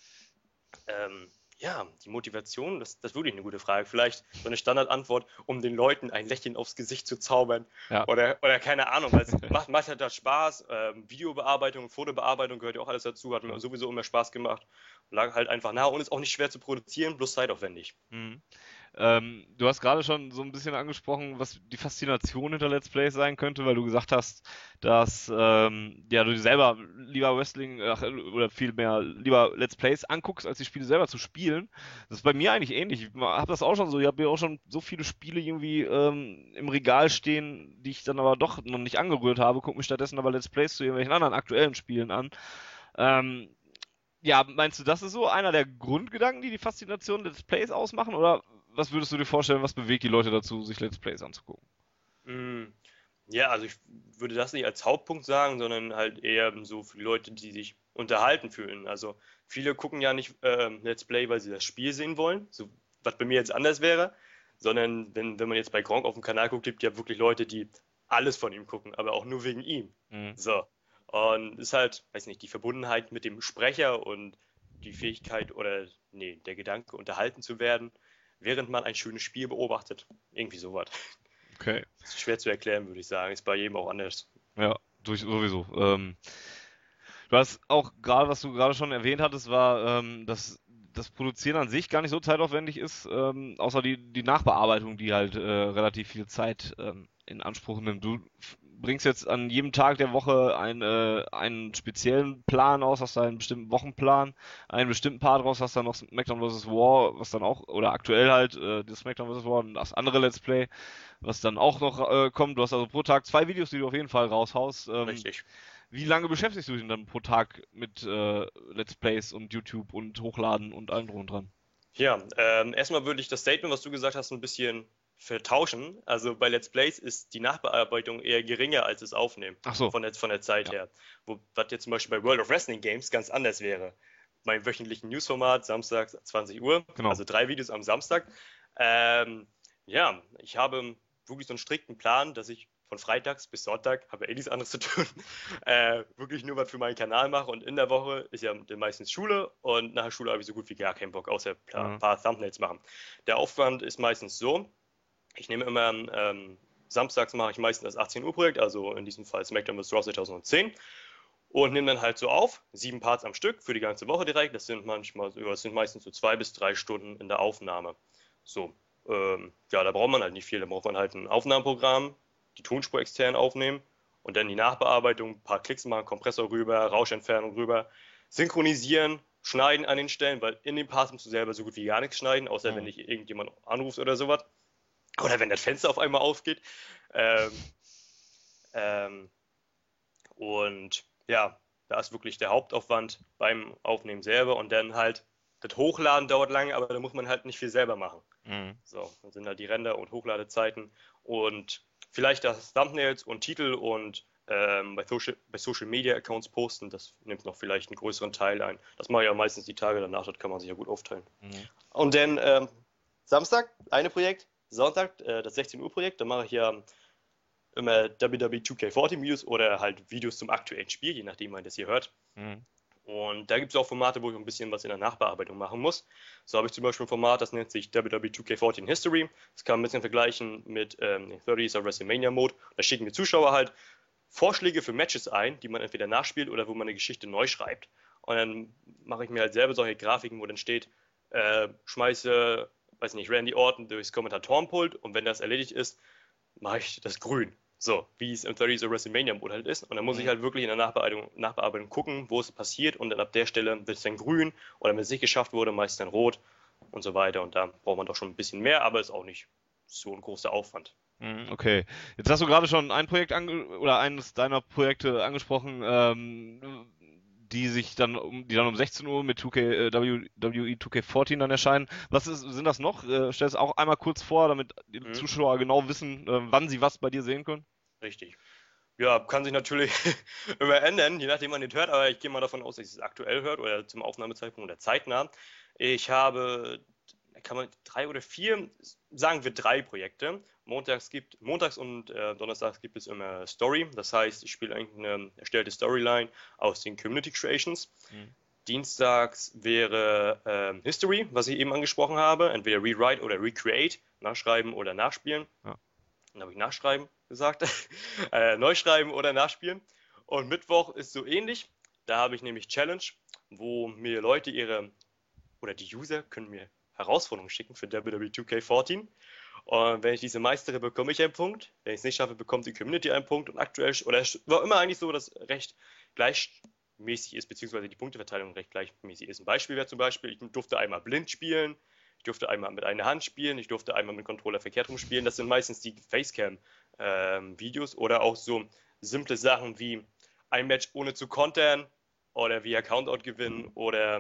ja, die Motivation, das ist wirklich eine gute Frage. Vielleicht so eine Standardantwort, um den Leuten ein Lächeln aufs Gesicht zu zaubern. Ja. Oder keine Ahnung, weil es macht halt das Spaß. Videobearbeitung, Fotobearbeitung gehört ja auch alles dazu, hat mir Ja. sowieso immer Spaß gemacht. Lag halt einfach nah und ist auch nicht schwer zu produzieren, bloß zeitaufwendig. Mhm. Du hast gerade schon so ein bisschen angesprochen, was die Faszination hinter Let's Plays sein könnte, weil du gesagt hast, dass ja, du dir selber lieber Wrestling oder vielmehr lieber Let's Plays anguckst, als die Spiele selber zu spielen. Das ist bei mir eigentlich ähnlich. Ich habe das auch schon so. Ich habe mir auch schon so viele Spiele irgendwie im Regal stehen, die ich dann aber doch noch nicht angerührt habe, gucke mir stattdessen aber Let's Plays zu irgendwelchen anderen aktuellen Spielen an. Ähm, ja, meinst du, das ist so einer der Grundgedanken, die die Faszination Let's Plays ausmachen? Oder was würdest du dir vorstellen, was bewegt die Leute dazu, sich Let's Plays anzugucken? Mm, Ja, also ich würde das nicht als Hauptpunkt sagen, sondern halt eher so für die Leute, die sich unterhalten fühlen. Also viele gucken ja nicht Let's Play, weil sie das Spiel sehen wollen, so was bei mir jetzt anders wäre, sondern wenn man jetzt bei Gronkh auf dem Kanal guckt, gibt ja wirklich Leute, die alles von ihm gucken, aber auch nur wegen ihm. Mhm. So. Und ist halt, weiß nicht, die Verbundenheit mit dem Sprecher und die Fähigkeit oder, nee, der Gedanke, unterhalten zu werden, während man ein schönes Spiel beobachtet. Irgendwie sowas. Okay. Ist schwer zu erklären, würde ich sagen. Ist bei jedem auch anders. Ja, sowieso. Du hast auch gerade, was du gerade schon erwähnt hattest, war, dass das Produzieren an sich gar nicht so zeitaufwendig ist, außer die Nachbearbeitung, die halt relativ viel Zeit in Anspruch nimmt. Du bringst jetzt an jedem Tag der Woche einen speziellen Plan aus, hast da einen bestimmten Wochenplan, einen bestimmten Part raus, hast dann noch SmackDown vs. War, was dann auch, oder aktuell halt das SmackDown vs. War und das andere Let's Play, was dann auch noch kommt. Du hast also pro Tag 2 Videos, die du auf jeden Fall raushaust. Richtig. Wie lange beschäftigst du dich denn dann pro Tag mit Let's Plays und YouTube und Hochladen und allem drum und dran? Ja, erstmal würde ich das Statement, was du gesagt hast, ein bisschen vertauschen. Also bei Let's Plays ist die Nachbearbeitung eher geringer als das Aufnehmen Ach so, von der Zeit ja, her. Was jetzt zum Beispiel bei World of Wrestling Games ganz anders wäre. Mein wöchentlichen Newsformat, Samstag 20 Uhr, genau. also 3 Videos am Samstag. Ähm, ja, ich habe wirklich so einen strikten Plan, dass ich von Freitags bis Sonntag, habe ja eh nichts anderes zu tun, wirklich nur was für meinen Kanal mache und in der Woche ist ja dann meistens Schule und nach der Schule habe ich so gut wie gar keinen Bock, außer ein Mhm. paar Thumbnails machen. Der Aufwand ist meistens so, ich nehme immer, samstags mache ich meistens das 18 Uhr Projekt, also in diesem Fall SmackDown vs. Raw 2010 und nehme dann halt so auf, 7 Parts am Stück für die ganze Woche direkt, das sind meistens so 2 bis 3 Stunden in der Aufnahme. So, ja, da braucht man halt nicht viel. Da braucht man halt ein Aufnahmeprogramm, die Tonspur extern aufnehmen und dann die Nachbearbeitung, ein paar Klicks machen, Kompressor rüber, Rauschentfernung rüber, synchronisieren, schneiden an den Stellen, weil in den Parts musst du selber so gut wie gar nichts schneiden, außer wenn Mhm. dich irgendjemand anruft oder sowas. Oder wenn das Fenster auf einmal aufgeht. Ähm, ähm, und ja, da ist wirklich der Hauptaufwand beim Aufnehmen selber und dann halt das Hochladen dauert lange, aber da muss man halt nicht viel selber machen. Mhm. So, dann sind halt die Render- und Hochladezeiten und vielleicht das Thumbnails und Titel und bei Social Media Accounts posten, das nimmt noch vielleicht einen größeren Teil ein. Das mache ich ja meistens die Tage danach, das kann man sich ja gut aufteilen. Mhm. Und dann Samstag eine Projekt, Sonntag das 16 Uhr Projekt, da mache ich ja immer WWE 2K14 Videos oder halt Videos zum aktuellen Spiel, je nachdem man das hier hört. Mhm. Und da gibt es auch Formate, wo ich ein bisschen was in der Nachbearbeitung machen muss. So habe ich zum Beispiel ein Format, das nennt sich WWE 2K14 History. Das kann man ein bisschen vergleichen mit den 30s of WrestleMania Mode. Da schicken mir Zuschauer halt Vorschläge für Matches ein, die man entweder nachspielt oder wo man eine Geschichte neu schreibt. Und dann mache ich mir halt selber solche Grafiken, wo dann steht, schmeiße, weiß nicht, Randy Orton durchs Kommentatorenpult und wenn das erledigt ist, mache ich das grün. So, wie es im 30s of WrestleMania Mode halt ist. Und dann muss ich Mhm. halt wirklich in der Nachbearbeitung gucken, wo es passiert und dann ab der Stelle wird es dann grün oder wenn es nicht geschafft wurde, meist dann rot und so weiter. Und da braucht man doch schon ein bisschen mehr, aber ist auch nicht so ein großer Aufwand. Mhm. Okay. Jetzt hast du gerade schon ein Projekt oder eines deiner Projekte angesprochen, die dann um 16 Uhr mit 2K, WWE 2K14 dann erscheinen. Sind das noch? Stell es auch einmal kurz vor, damit die Mhm, Zuschauer genau wissen, wann sie was bei dir sehen können. richtig. Ja, kann sich natürlich immer ändern, je nachdem man den hört, aber ich gehe mal davon aus, dass ich es aktuell hört oder zum Aufnahmezeitpunkt oder zeitnah. Ich habe, kann man 3 oder 4, sagen wir 3 Projekte. Montags und Donnerstags gibt es immer Story. Das heißt, ich spiele eigentlich eine erstellte Storyline aus den Community Creations. Mhm. Dienstags wäre History, was ich eben angesprochen habe. Entweder Rewrite oder Recreate, nachschreiben oder nachspielen. Ja. Dann habe ich nachschreiben gesagt. Neu schreiben oder nachspielen. Und Mittwoch ist so ähnlich. Da habe ich nämlich Challenge, wo mir Leute oder die User können mir Herausforderung schicken für WWE 2K14. Und wenn ich diese meistere, bekomme ich einen Punkt. Wenn ich es nicht schaffe, bekommt die Community einen Punkt. Und aktuell, oder es war immer eigentlich so, dass recht gleichmäßig ist, beziehungsweise die Punkteverteilung recht gleichmäßig ist. Ein Beispiel wäre zum Beispiel, ich durfte einmal blind spielen, ich durfte einmal mit einer Hand spielen, ich durfte einmal mit Controller verkehrt rum spielen. Das sind meistens die Facecam-Videos oder auch so simple Sachen wie ein Match ohne zu kontern oder via Countout gewinnen oder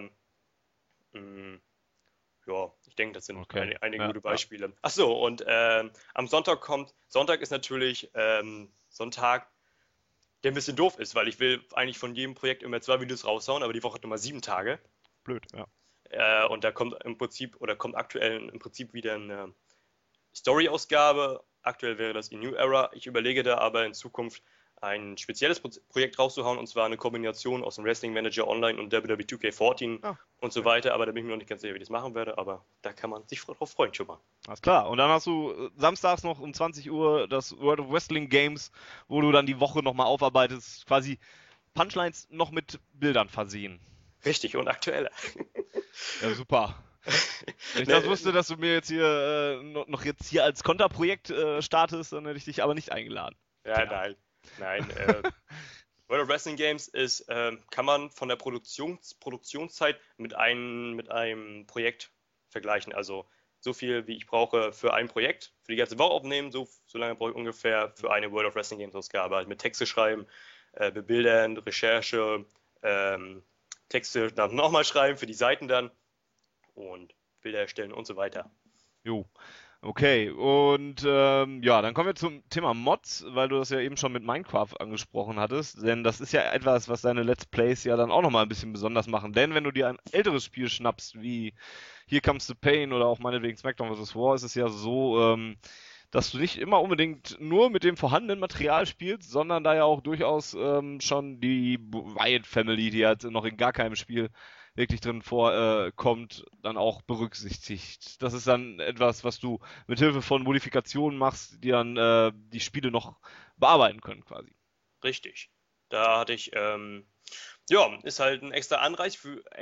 ja, ich denke, das sind einige gute Beispiele. Ja. Achso, und am Sonntag ist natürlich so ein Tag, der ein bisschen doof ist, weil ich will eigentlich von jedem Projekt immer 2 Videos raushauen, aber die Woche hat immer 7 Tage. Blöd, ja. Und da kommt aktuell im Prinzip wieder eine Story-Ausgabe. Aktuell wäre das in New Era. Ich überlege da aber in Zukunft ein spezielles Projekt rauszuhauen, und zwar eine Kombination aus dem Wrestling Manager Online und WWE 2K14 und so weiter, aber da bin ich mir noch nicht ganz sicher, wie ich das machen werde, aber da kann man sich drauf freuen schon mal. Alles klar, und dann hast du samstags noch um 20 Uhr das World of Wrestling Games, wo du dann die Woche nochmal aufarbeitest, quasi Punchlines noch mit Bildern versehen. Richtig, und aktueller. Ja, super. Wenn ich das wusste, dass du mir jetzt hier noch jetzt hier als Konterprojekt startest, dann hätte ich dich aber nicht eingeladen. Ja, genau. Nein. World of Wrestling Games ist, kann man von der Produktionszeit mit einem Projekt vergleichen. Also so viel, wie ich brauche für ein Projekt, für die ganze Woche aufnehmen, so lange brauche ich ungefähr für eine World of Wrestling Games Ausgabe. Also mit Texte schreiben, bebildern, Recherche, Texte dann nochmal schreiben für die Seiten dann und Bilder erstellen und so weiter. Jo. Okay, und ja, dann kommen wir zum Thema Mods, weil du das ja eben schon mit Minecraft angesprochen hattest, denn das ist ja etwas, was deine Let's Plays ja dann auch nochmal ein bisschen besonders machen, denn wenn du dir ein älteres Spiel schnappst, wie Here Comes the Pain oder auch meinetwegen SmackDown vs. Raw, ist es ja so, dass du nicht immer unbedingt nur mit dem vorhandenen Material spielst, sondern da ja auch durchaus schon die Wyatt Family, die halt noch in gar keinem Spiel wirklich drin vorkommt, dann auch berücksichtigt. Das ist dann etwas, was du mit Hilfe von Modifikationen machst, die dann die Spiele noch bearbeiten können quasi. Richtig. Da hatte ich, ist halt ein extra Anreiz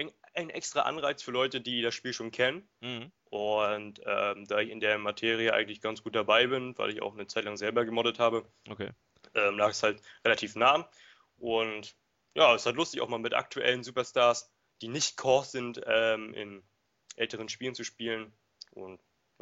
für Leute, die das Spiel schon kennen. Mhm. Und da ich in der Materie eigentlich ganz gut dabei bin, weil ich auch eine Zeit lang selber gemoddet habe, lag es halt relativ nah. Und ja, es ist halt lustig, auch mal mit aktuellen Superstars, die nicht Core sind, in älteren Spielen zu spielen. Und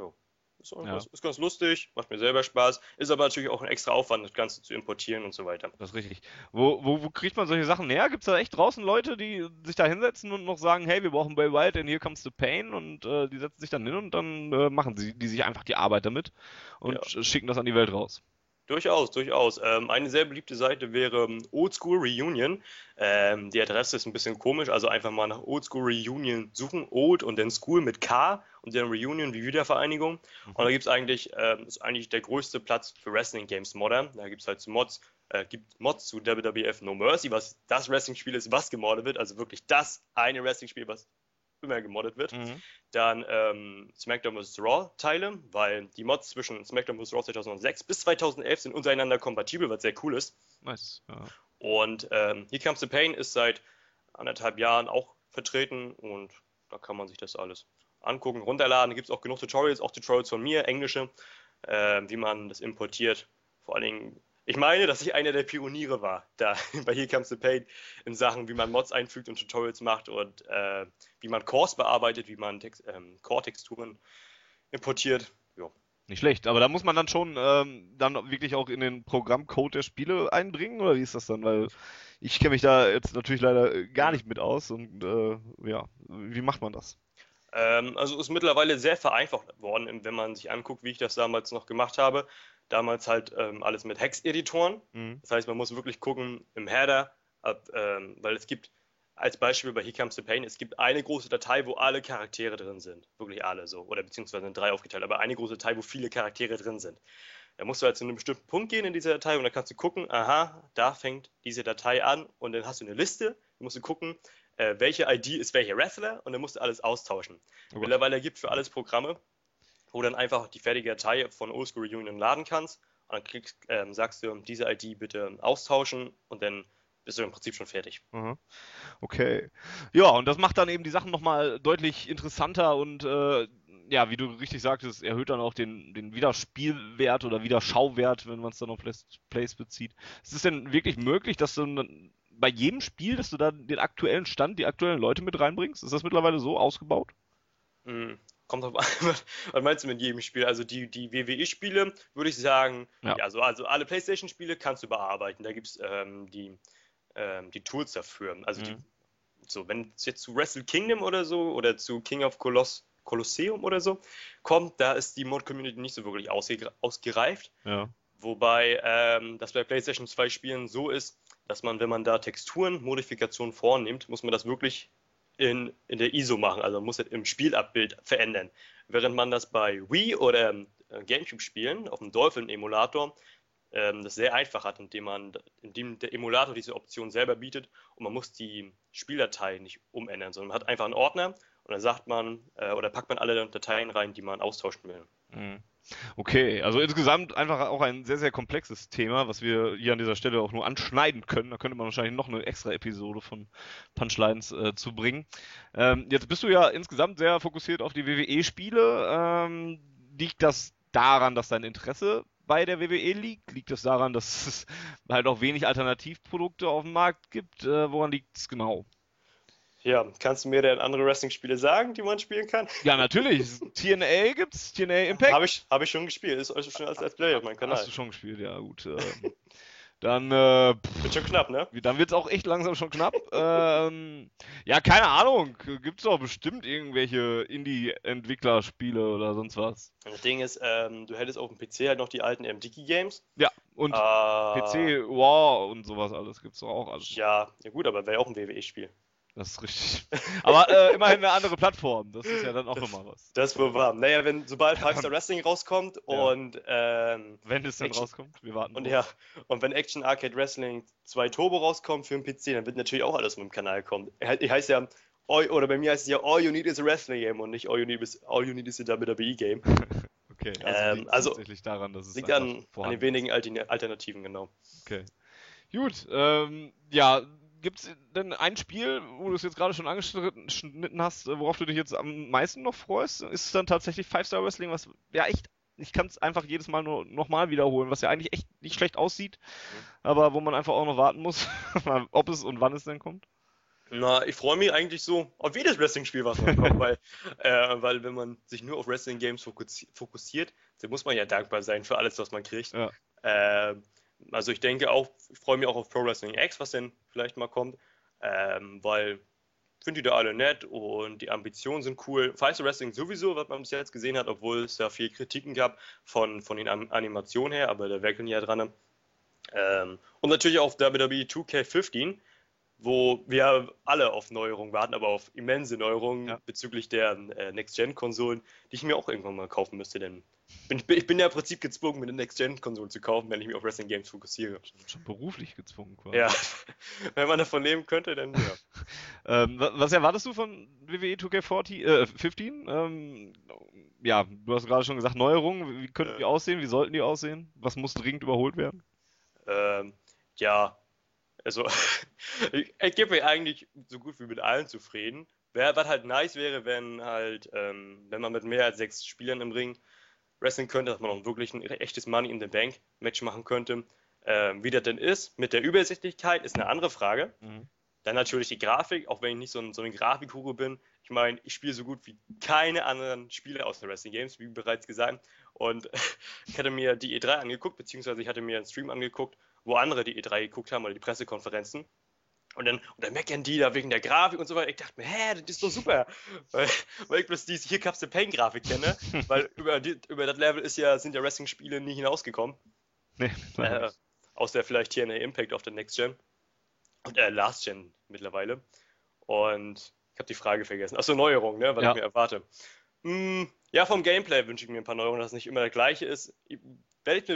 ist ganz lustig, macht mir selber Spaß, ist aber natürlich auch ein extra Aufwand, das Ganze zu importieren und so weiter. Das ist richtig. Wo kriegt man solche Sachen her? Gibt es da echt draußen Leute, die sich da hinsetzen und noch sagen, hey, wir brauchen Bray Wyatt and Here Comes the Pain, und die setzen sich dann hin und dann machen die sich einfach die Arbeit damit und schicken das an die Welt raus? Durchaus. Eine sehr beliebte Seite wäre Oldschool Reunion. Die Adresse ist ein bisschen komisch, also einfach mal nach Oldschool Reunion suchen. Old und dann School mit K und dann Reunion wie Wiedervereinigung. Und da gibt es ist eigentlich der größte Platz für Wrestling Games modern. Da gibt es halt Mods zu WWF No Mercy, was das Wrestling-Spiel ist, was gemoddet wird. Also wirklich das eine Wrestling-Spiel, was immer gemoddet wird. Dann SmackDown vs. Raw Teile, weil die Mods zwischen SmackDown vs. Raw 2006 bis 2011 sind untereinander kompatibel, was sehr cool ist. Nice. Ja. Und Here Comes the Pain ist seit 1,5 Jahren auch vertreten und da kann man sich das alles angucken, runterladen. Da gibt es auch genug Tutorials, auch Tutorials von mir, englische, wie man das importiert. Vor allen Dingen, ich meine, dass ich einer der Pioniere war, da bei Here Comes the Pain, in Sachen, wie man Mods einfügt und Tutorials macht und wie man Cores bearbeitet, wie man Core-Texturen importiert. Jo. Nicht schlecht, aber da muss man dann schon dann wirklich auch in den Programmcode der Spiele einbringen, oder wie ist das dann? Weil ich kenne mich da jetzt natürlich leider gar nicht mit aus und wie macht man das? Also ist mittlerweile sehr vereinfacht worden, wenn man sich anguckt, wie ich das damals noch gemacht habe. Damals halt alles mit Hex-Editoren. Das heißt, man muss wirklich gucken im Header, weil es gibt, als Beispiel bei Here Comes the Pain, es gibt eine große Datei, wo alle Charaktere drin sind. Wirklich alle so. Oder beziehungsweise in 3 aufgeteilt, aber eine große Datei, wo viele Charaktere drin sind. Da musst du halt zu einem bestimmten Punkt gehen in dieser Datei und dann kannst du gucken, aha, da fängt diese Datei an und dann hast du eine Liste, da musst du gucken, welche ID ist welcher Wrestler und dann musst du alles austauschen. Mittlerweile gibt es für alles Programme, wo dann einfach die fertige Datei von Oldschool Reunion laden kannst und dann sagst du, diese ID bitte austauschen und dann bist du im Prinzip schon fertig. Okay. Ja, und das macht dann eben die Sachen nochmal deutlich interessanter und ja, wie du richtig sagtest, erhöht dann auch den Wiederspielwert oder Wiederschauwert, wenn man es dann auf Let's Plays bezieht. Ist es denn wirklich möglich, dass du dann bei jedem Spiel, dass du da den aktuellen Stand, die aktuellen Leute mit reinbringst? Ist das mittlerweile so ausgebaut? Mhm. Kommt drauf an, was meinst du mit jedem Spiel? Also die WWE-Spiele würde ich sagen, Ja. ja, also alle PlayStation-Spiele kannst du bearbeiten. Da gibt es die Tools dafür. Also Mhm. so, wenn es jetzt zu Wrestle Kingdom oder so oder zu King of Colosseum oder so kommt, da ist die Mod-Community nicht so wirklich ausgereift. Ja. Wobei das bei PlayStation 2 Spielen so ist, dass man, wenn man da Texturen, Modifikationen vornimmt, muss man das wirklich in der ISO machen, also man muss es im Spielabbild verändern. Während man das bei Wii oder GameCube-Spielen auf dem Dolphin-Emulator das sehr einfach hat, indem der Emulator diese Option selber bietet und man muss die Spieldatei nicht umändern, sondern man hat einfach einen Ordner und dann sagt man oder packt man alle Dateien rein, die man austauschen will. Mhm. Okay, also insgesamt einfach auch ein sehr, sehr komplexes Thema, was wir hier an dieser Stelle auch nur anschneiden können. Da könnte man wahrscheinlich noch eine extra Episode von Punchlines zu bringen. Jetzt bist du ja insgesamt sehr fokussiert auf die WWE-Spiele. Liegt das daran, dass dein Interesse bei der WWE liegt? Liegt es daran, dass es halt auch wenig Alternativprodukte auf dem Markt gibt? Woran liegt es genau? Ja, kannst du mir denn andere Wrestling-Spiele sagen, die man spielen kann? Ja, natürlich. TNA gibt's, TNA Impact. Habe ich schon gespielt, ist also schon als Let's Play auf meinem Hast Kanal. du schon gespielt, ja gut. Dann, Wird schon knapp, ne? dann wird's auch echt langsam schon knapp. Ja, keine Ahnung. Gibt's doch bestimmt irgendwelche Indie-Entwicklerspiele oder sonst was. Und das Ding ist, du hättest auf dem PC halt noch die alten MDiki-Games. Ja, und Äh, PC War und sowas alles gibt's doch auch alles. ja gut, aber wäre auch ein WWE-Spiel. Das ist richtig. Aber immerhin eine andere Plattform. Das ist ja dann auch nochmal was. Das wohl wahr. Naja, sobald Five Star Wrestling rauskommt Ja. und Wenn es denn Action, rauskommt, wir warten und drauf. ja, und wenn Action Arcade Wrestling 2 Turbo rauskommt für den PC, dann wird natürlich auch alles mit dem Kanal kommen. Heißt ja, oder bei mir heißt es ja All You Need is a Wrestling Game und nicht All You Need is a WWE Game. Okay, also liegt Also tatsächlich daran, dass es liegt einfach an vorhanden den wenigen Alternativen, genau. Okay. Gut, ja, gibt's denn ein Spiel, wo du es jetzt gerade schon angeschnitten hast, worauf du dich jetzt am meisten noch freust? Ist es dann tatsächlich Five Star Wrestling, was ja echt, ich kann es einfach jedes Mal nur nochmal wiederholen, was ja eigentlich echt nicht schlecht aussieht, aber wo man einfach auch noch warten muss, ob es und wann es denn kommt? Na, ich freue mich eigentlich so auf jedes Wrestling-Spiel, was noch kommt, weil wenn man sich nur auf Wrestling-Games fokussiert, dann muss man ja dankbar sein für alles, was man kriegt. Ja. Also ich denke auch, ich freue mich auch auf Pro Wrestling X, was denn vielleicht mal kommt, weil ich finde die da alle nett und die Ambitionen sind cool. Five Star Wrestling sowieso, was man bis jetzt gesehen hat, obwohl es da viel Kritiken gab von den Animationen her, aber da werkeln die ja dran. Und natürlich auch WWE 2K15, wo wir alle auf Neuerungen warten, aber auf immense Neuerungen Ja. bezüglich der Next-Gen-Konsolen, die ich mir auch irgendwann mal kaufen müsste, denn ich bin ja im Prinzip gezwungen, mir eine Next-Gen-Konsole zu kaufen, wenn ich mich auf Wrestling-Games fokussiere. Schon beruflich gezwungen quasi. Ja, wenn man davon leben könnte, dann ja. Was erwartest du von WWE 2K15? Ja, du hast gerade schon gesagt, Neuerungen, wie könnten die aussehen, wie sollten die aussehen? Was muss dringend überholt werden? Ja, also ich gebe mich eigentlich so gut wie mit allen zufrieden. Was halt nice wäre, wenn man mit mehr als 6 Spielern im Ring wrestlen könnte, dass man auch wirklich ein echtes Money in the Bank Match machen könnte. Wie das denn ist, mit der Übersichtlichkeit, ist eine andere Frage. Mhm. Dann natürlich die Grafik, auch wenn ich nicht so eine Grafikhure bin. Ich meine, ich spiele so gut wie keine anderen Spiele aus den Wrestling Games, wie bereits gesagt. Und ich hatte mir die E3 angeguckt, beziehungsweise ich hatte mir einen Stream angeguckt, wo andere die E3 geguckt haben oder die Pressekonferenzen. Und dann meckern die da wegen der Grafik und so weiter. Ich dachte mir, hä, das ist doch super. Weil ich bloß diese hier Cups Pain-Grafik kenne. Weil über das Level sind ja Wrestling-Spiele nie hinausgekommen. Nee, Außer vielleicht TNA Impact auf der Next Gen. Und Last Gen mittlerweile. Und ich habe die Frage vergessen. Achso, Neuerung, ne? Was Ja. ich mir erwarte. Ja, vom Gameplay wünsche ich mir ein paar Neuerungen, dass es nicht immer das gleiche ist. Wenn ich mir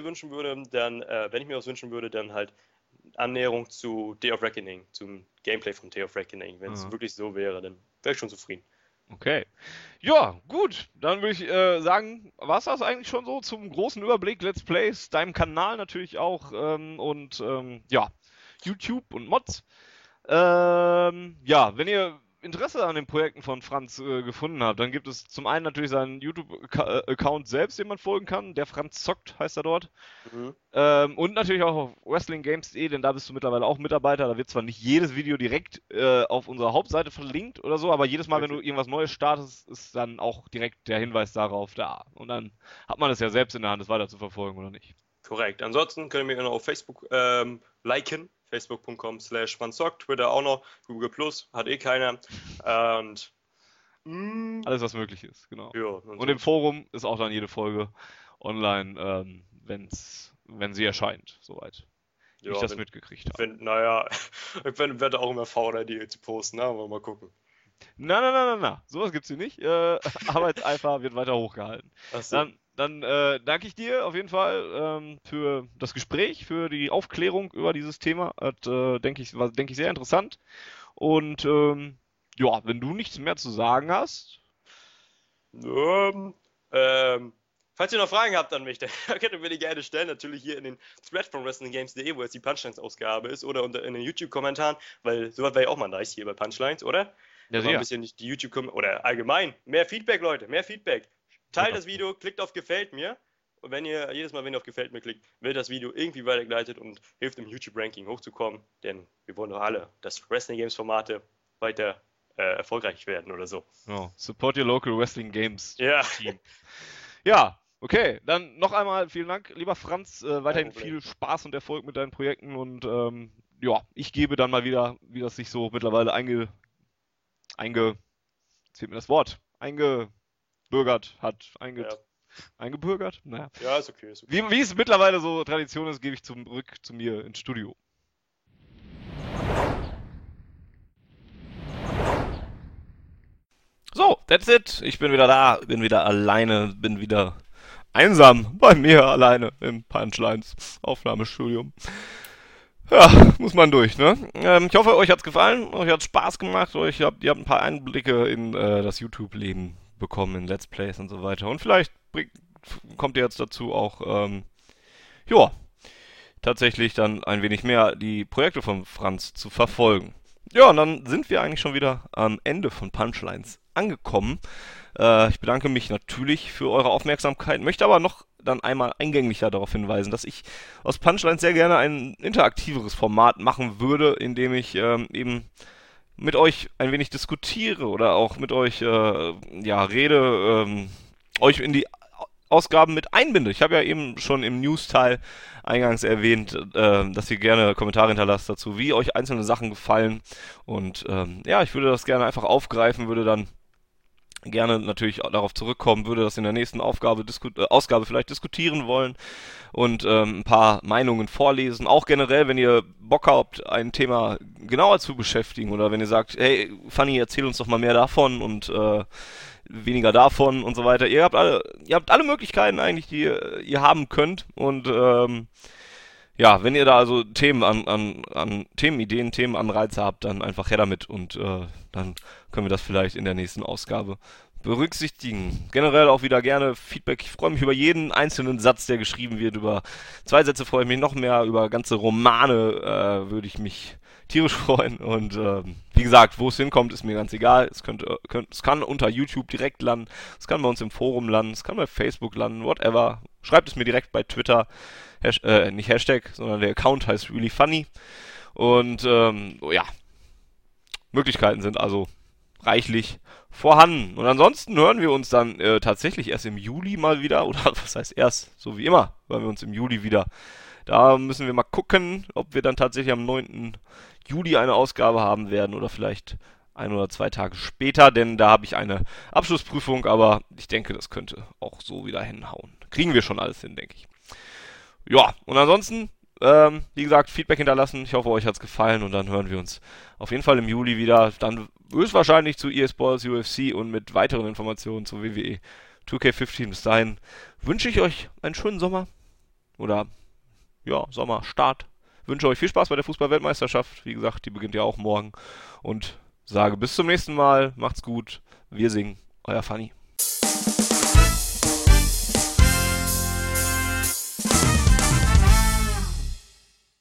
was wünschen würde, dann halt Annäherung zu Day of Reckoning, zum Gameplay von Day of Reckoning. Wenn es Mhm. wirklich so wäre, dann wäre ich schon zufrieden. Okay. Ja, gut. Dann würde ich sagen, war es das eigentlich schon so zum großen Überblick Let's Plays, deinem Kanal natürlich auch und ja, YouTube und Mods. Ja, wenn ihr Interesse an den Projekten von Franz gefunden habt, dann gibt es zum einen natürlich seinen YouTube-Account selbst, den man folgen kann. Der Franz zockt, heißt er dort. Mhm. Und natürlich auch auf wrestlinggames.de, denn da bist du mittlerweile auch Mitarbeiter. Da wird zwar nicht jedes Video direkt auf unserer Hauptseite verlinkt oder so, aber jedes Mal, wenn du irgendwas Neues startest, ist dann auch direkt der Hinweis darauf da. Und dann hat man es ja selbst in der Hand, es weiter zu verfolgen, oder nicht? Korrekt. Ansonsten könnt ihr mir noch auf Facebook liken. Facebook.com/franzzock, Twitter auch noch, Google Plus, hat eh keiner. Und alles, was möglich ist, genau. ja, und im Forum ist auch dann jede Folge online, wenn sie erscheint, soweit ich das mitgekriegt habe. Naja, ich werde auch immer fauler, die zu posten, aber mal gucken. Na, sowas gibt's hier nicht. Arbeitseifer wird weiter hochgehalten. So. Dann danke ich dir auf jeden Fall für das Gespräch, für die Aufklärung über dieses Thema. War, denke ich, sehr interessant. Und ja, wenn du nichts mehr zu sagen hast. Falls ihr noch Fragen habt an mich, dann könnt ihr mir die gerne stellen. Natürlich hier in den Thread von WrestlingGames.de, wo jetzt die Punchlines-Ausgabe ist, oder in den YouTube-Kommentaren, weil sowas wäre ja auch mal nice hier bei Punchlines, oder? Ja, ein bisschen nicht die YouTube oder allgemein. Mehr Feedback, Leute, mehr Feedback. Teilt das Video, klickt auf Gefällt mir. Und jedes Mal, wenn ihr auf Gefällt mir klickt, wird das Video irgendwie weitergeleitet und hilft im YouTube-Ranking hochzukommen. Denn wir wollen doch alle, dass Wrestling-Games-Formate weiter erfolgreich werden oder so. Oh, support your local Wrestling Games Team. Ja, okay. Dann noch einmal vielen Dank, lieber Franz. Weiterhin viel Spaß und Erfolg mit deinen Projekten. Und ja, ich gebe dann mal wieder, wie das sich so mittlerweile jetzt fehlt mir das Wort, eingebürgert hat. Eingebürgert? Naja. Ja, ist okay. Wie es mittlerweile so Tradition ist, gebe ich zurück zu mir ins Studio. So, that's it. Ich bin wieder da, bin wieder alleine, bin wieder einsam bei mir alleine im Punchlines Aufnahmestudium. Ja, muss man durch, ne? Ich hoffe, euch hat's gefallen, euch hat's Spaß gemacht, ihr habt ein paar Einblicke in das YouTube-Leben bekommen, in Let's Plays und so weiter. Und vielleicht kommt ihr jetzt dazu auch, ja, tatsächlich dann ein wenig mehr die Projekte von Franz zu verfolgen. Ja, und dann sind wir eigentlich schon wieder am Ende von Punchlines angekommen. Ich bedanke mich natürlich für eure Aufmerksamkeit, möchte aber noch dann einmal eingänglicher darauf hinweisen, dass ich aus Punchlines sehr gerne ein interaktiveres Format machen würde, in dem ich eben mit euch ein wenig diskutiere oder auch mit euch rede, euch in die Ausgaben mit einbinde. Ich habe ja eben schon im News-Teil eingangs erwähnt, dass ihr gerne Kommentare hinterlasst dazu, wie euch einzelne Sachen gefallen. Und ja, ich würde das gerne einfach aufgreifen, würde dann gerne natürlich darauf zurückkommen, würde das in der nächsten Ausgabe vielleicht diskutieren wollen und ein paar Meinungen vorlesen. Auch generell, wenn ihr Bock habt, ein Thema genauer zu beschäftigen oder wenn ihr sagt, hey, Fanny, erzähl uns doch mal mehr davon und weniger davon und so weiter. Ihr habt alle Möglichkeiten eigentlich, die ihr haben könnt und ja, wenn ihr da also Themen an Themenideen, Themenanreize habt, dann einfach her damit und dann können wir das vielleicht in der nächsten Ausgabe berücksichtigen. Generell auch wieder gerne Feedback. Ich freue mich über jeden einzelnen Satz, der geschrieben wird. Über 2 Sätze freue ich mich noch mehr. Über ganze Romane würde ich mich tierisch freuen. Und wie gesagt, wo es hinkommt, ist mir ganz egal. Es kann unter YouTube direkt landen. Es kann bei uns im Forum landen. Es kann bei Facebook landen. Whatever. Schreibt es mir direkt bei Twitter. Nicht Hashtag, sondern der Account heißt Really Funny. Und ja, Möglichkeiten sind also reichlich vorhanden. Und ansonsten hören wir uns dann tatsächlich erst im Juli mal wieder. Oder was heißt erst? So wie immer hören wir uns im Juli wieder. Da müssen wir mal gucken, ob wir dann tatsächlich am 9. Juli eine Ausgabe haben werden oder vielleicht 1 oder 2 Tage später, denn da habe ich eine Abschlussprüfung, aber ich denke, das könnte auch so wieder hinhauen. Kriegen wir schon alles hin, denke ich. Ja, und ansonsten, wie gesagt, Feedback hinterlassen. Ich hoffe, euch hat's gefallen und dann hören wir uns auf jeden Fall im Juli wieder. Dann höchstwahrscheinlich zu EA Sports UFC und mit weiteren Informationen zu WWE 2K15. Bis dahin wünsche ich euch einen schönen Sommer oder ja, Sommerstart. Wünsche euch viel Spaß bei der Fußball-Weltmeisterschaft. Wie gesagt, die beginnt ja auch morgen. Und sage bis zum nächsten Mal. Macht's gut. Wir singen. Euer Fanny.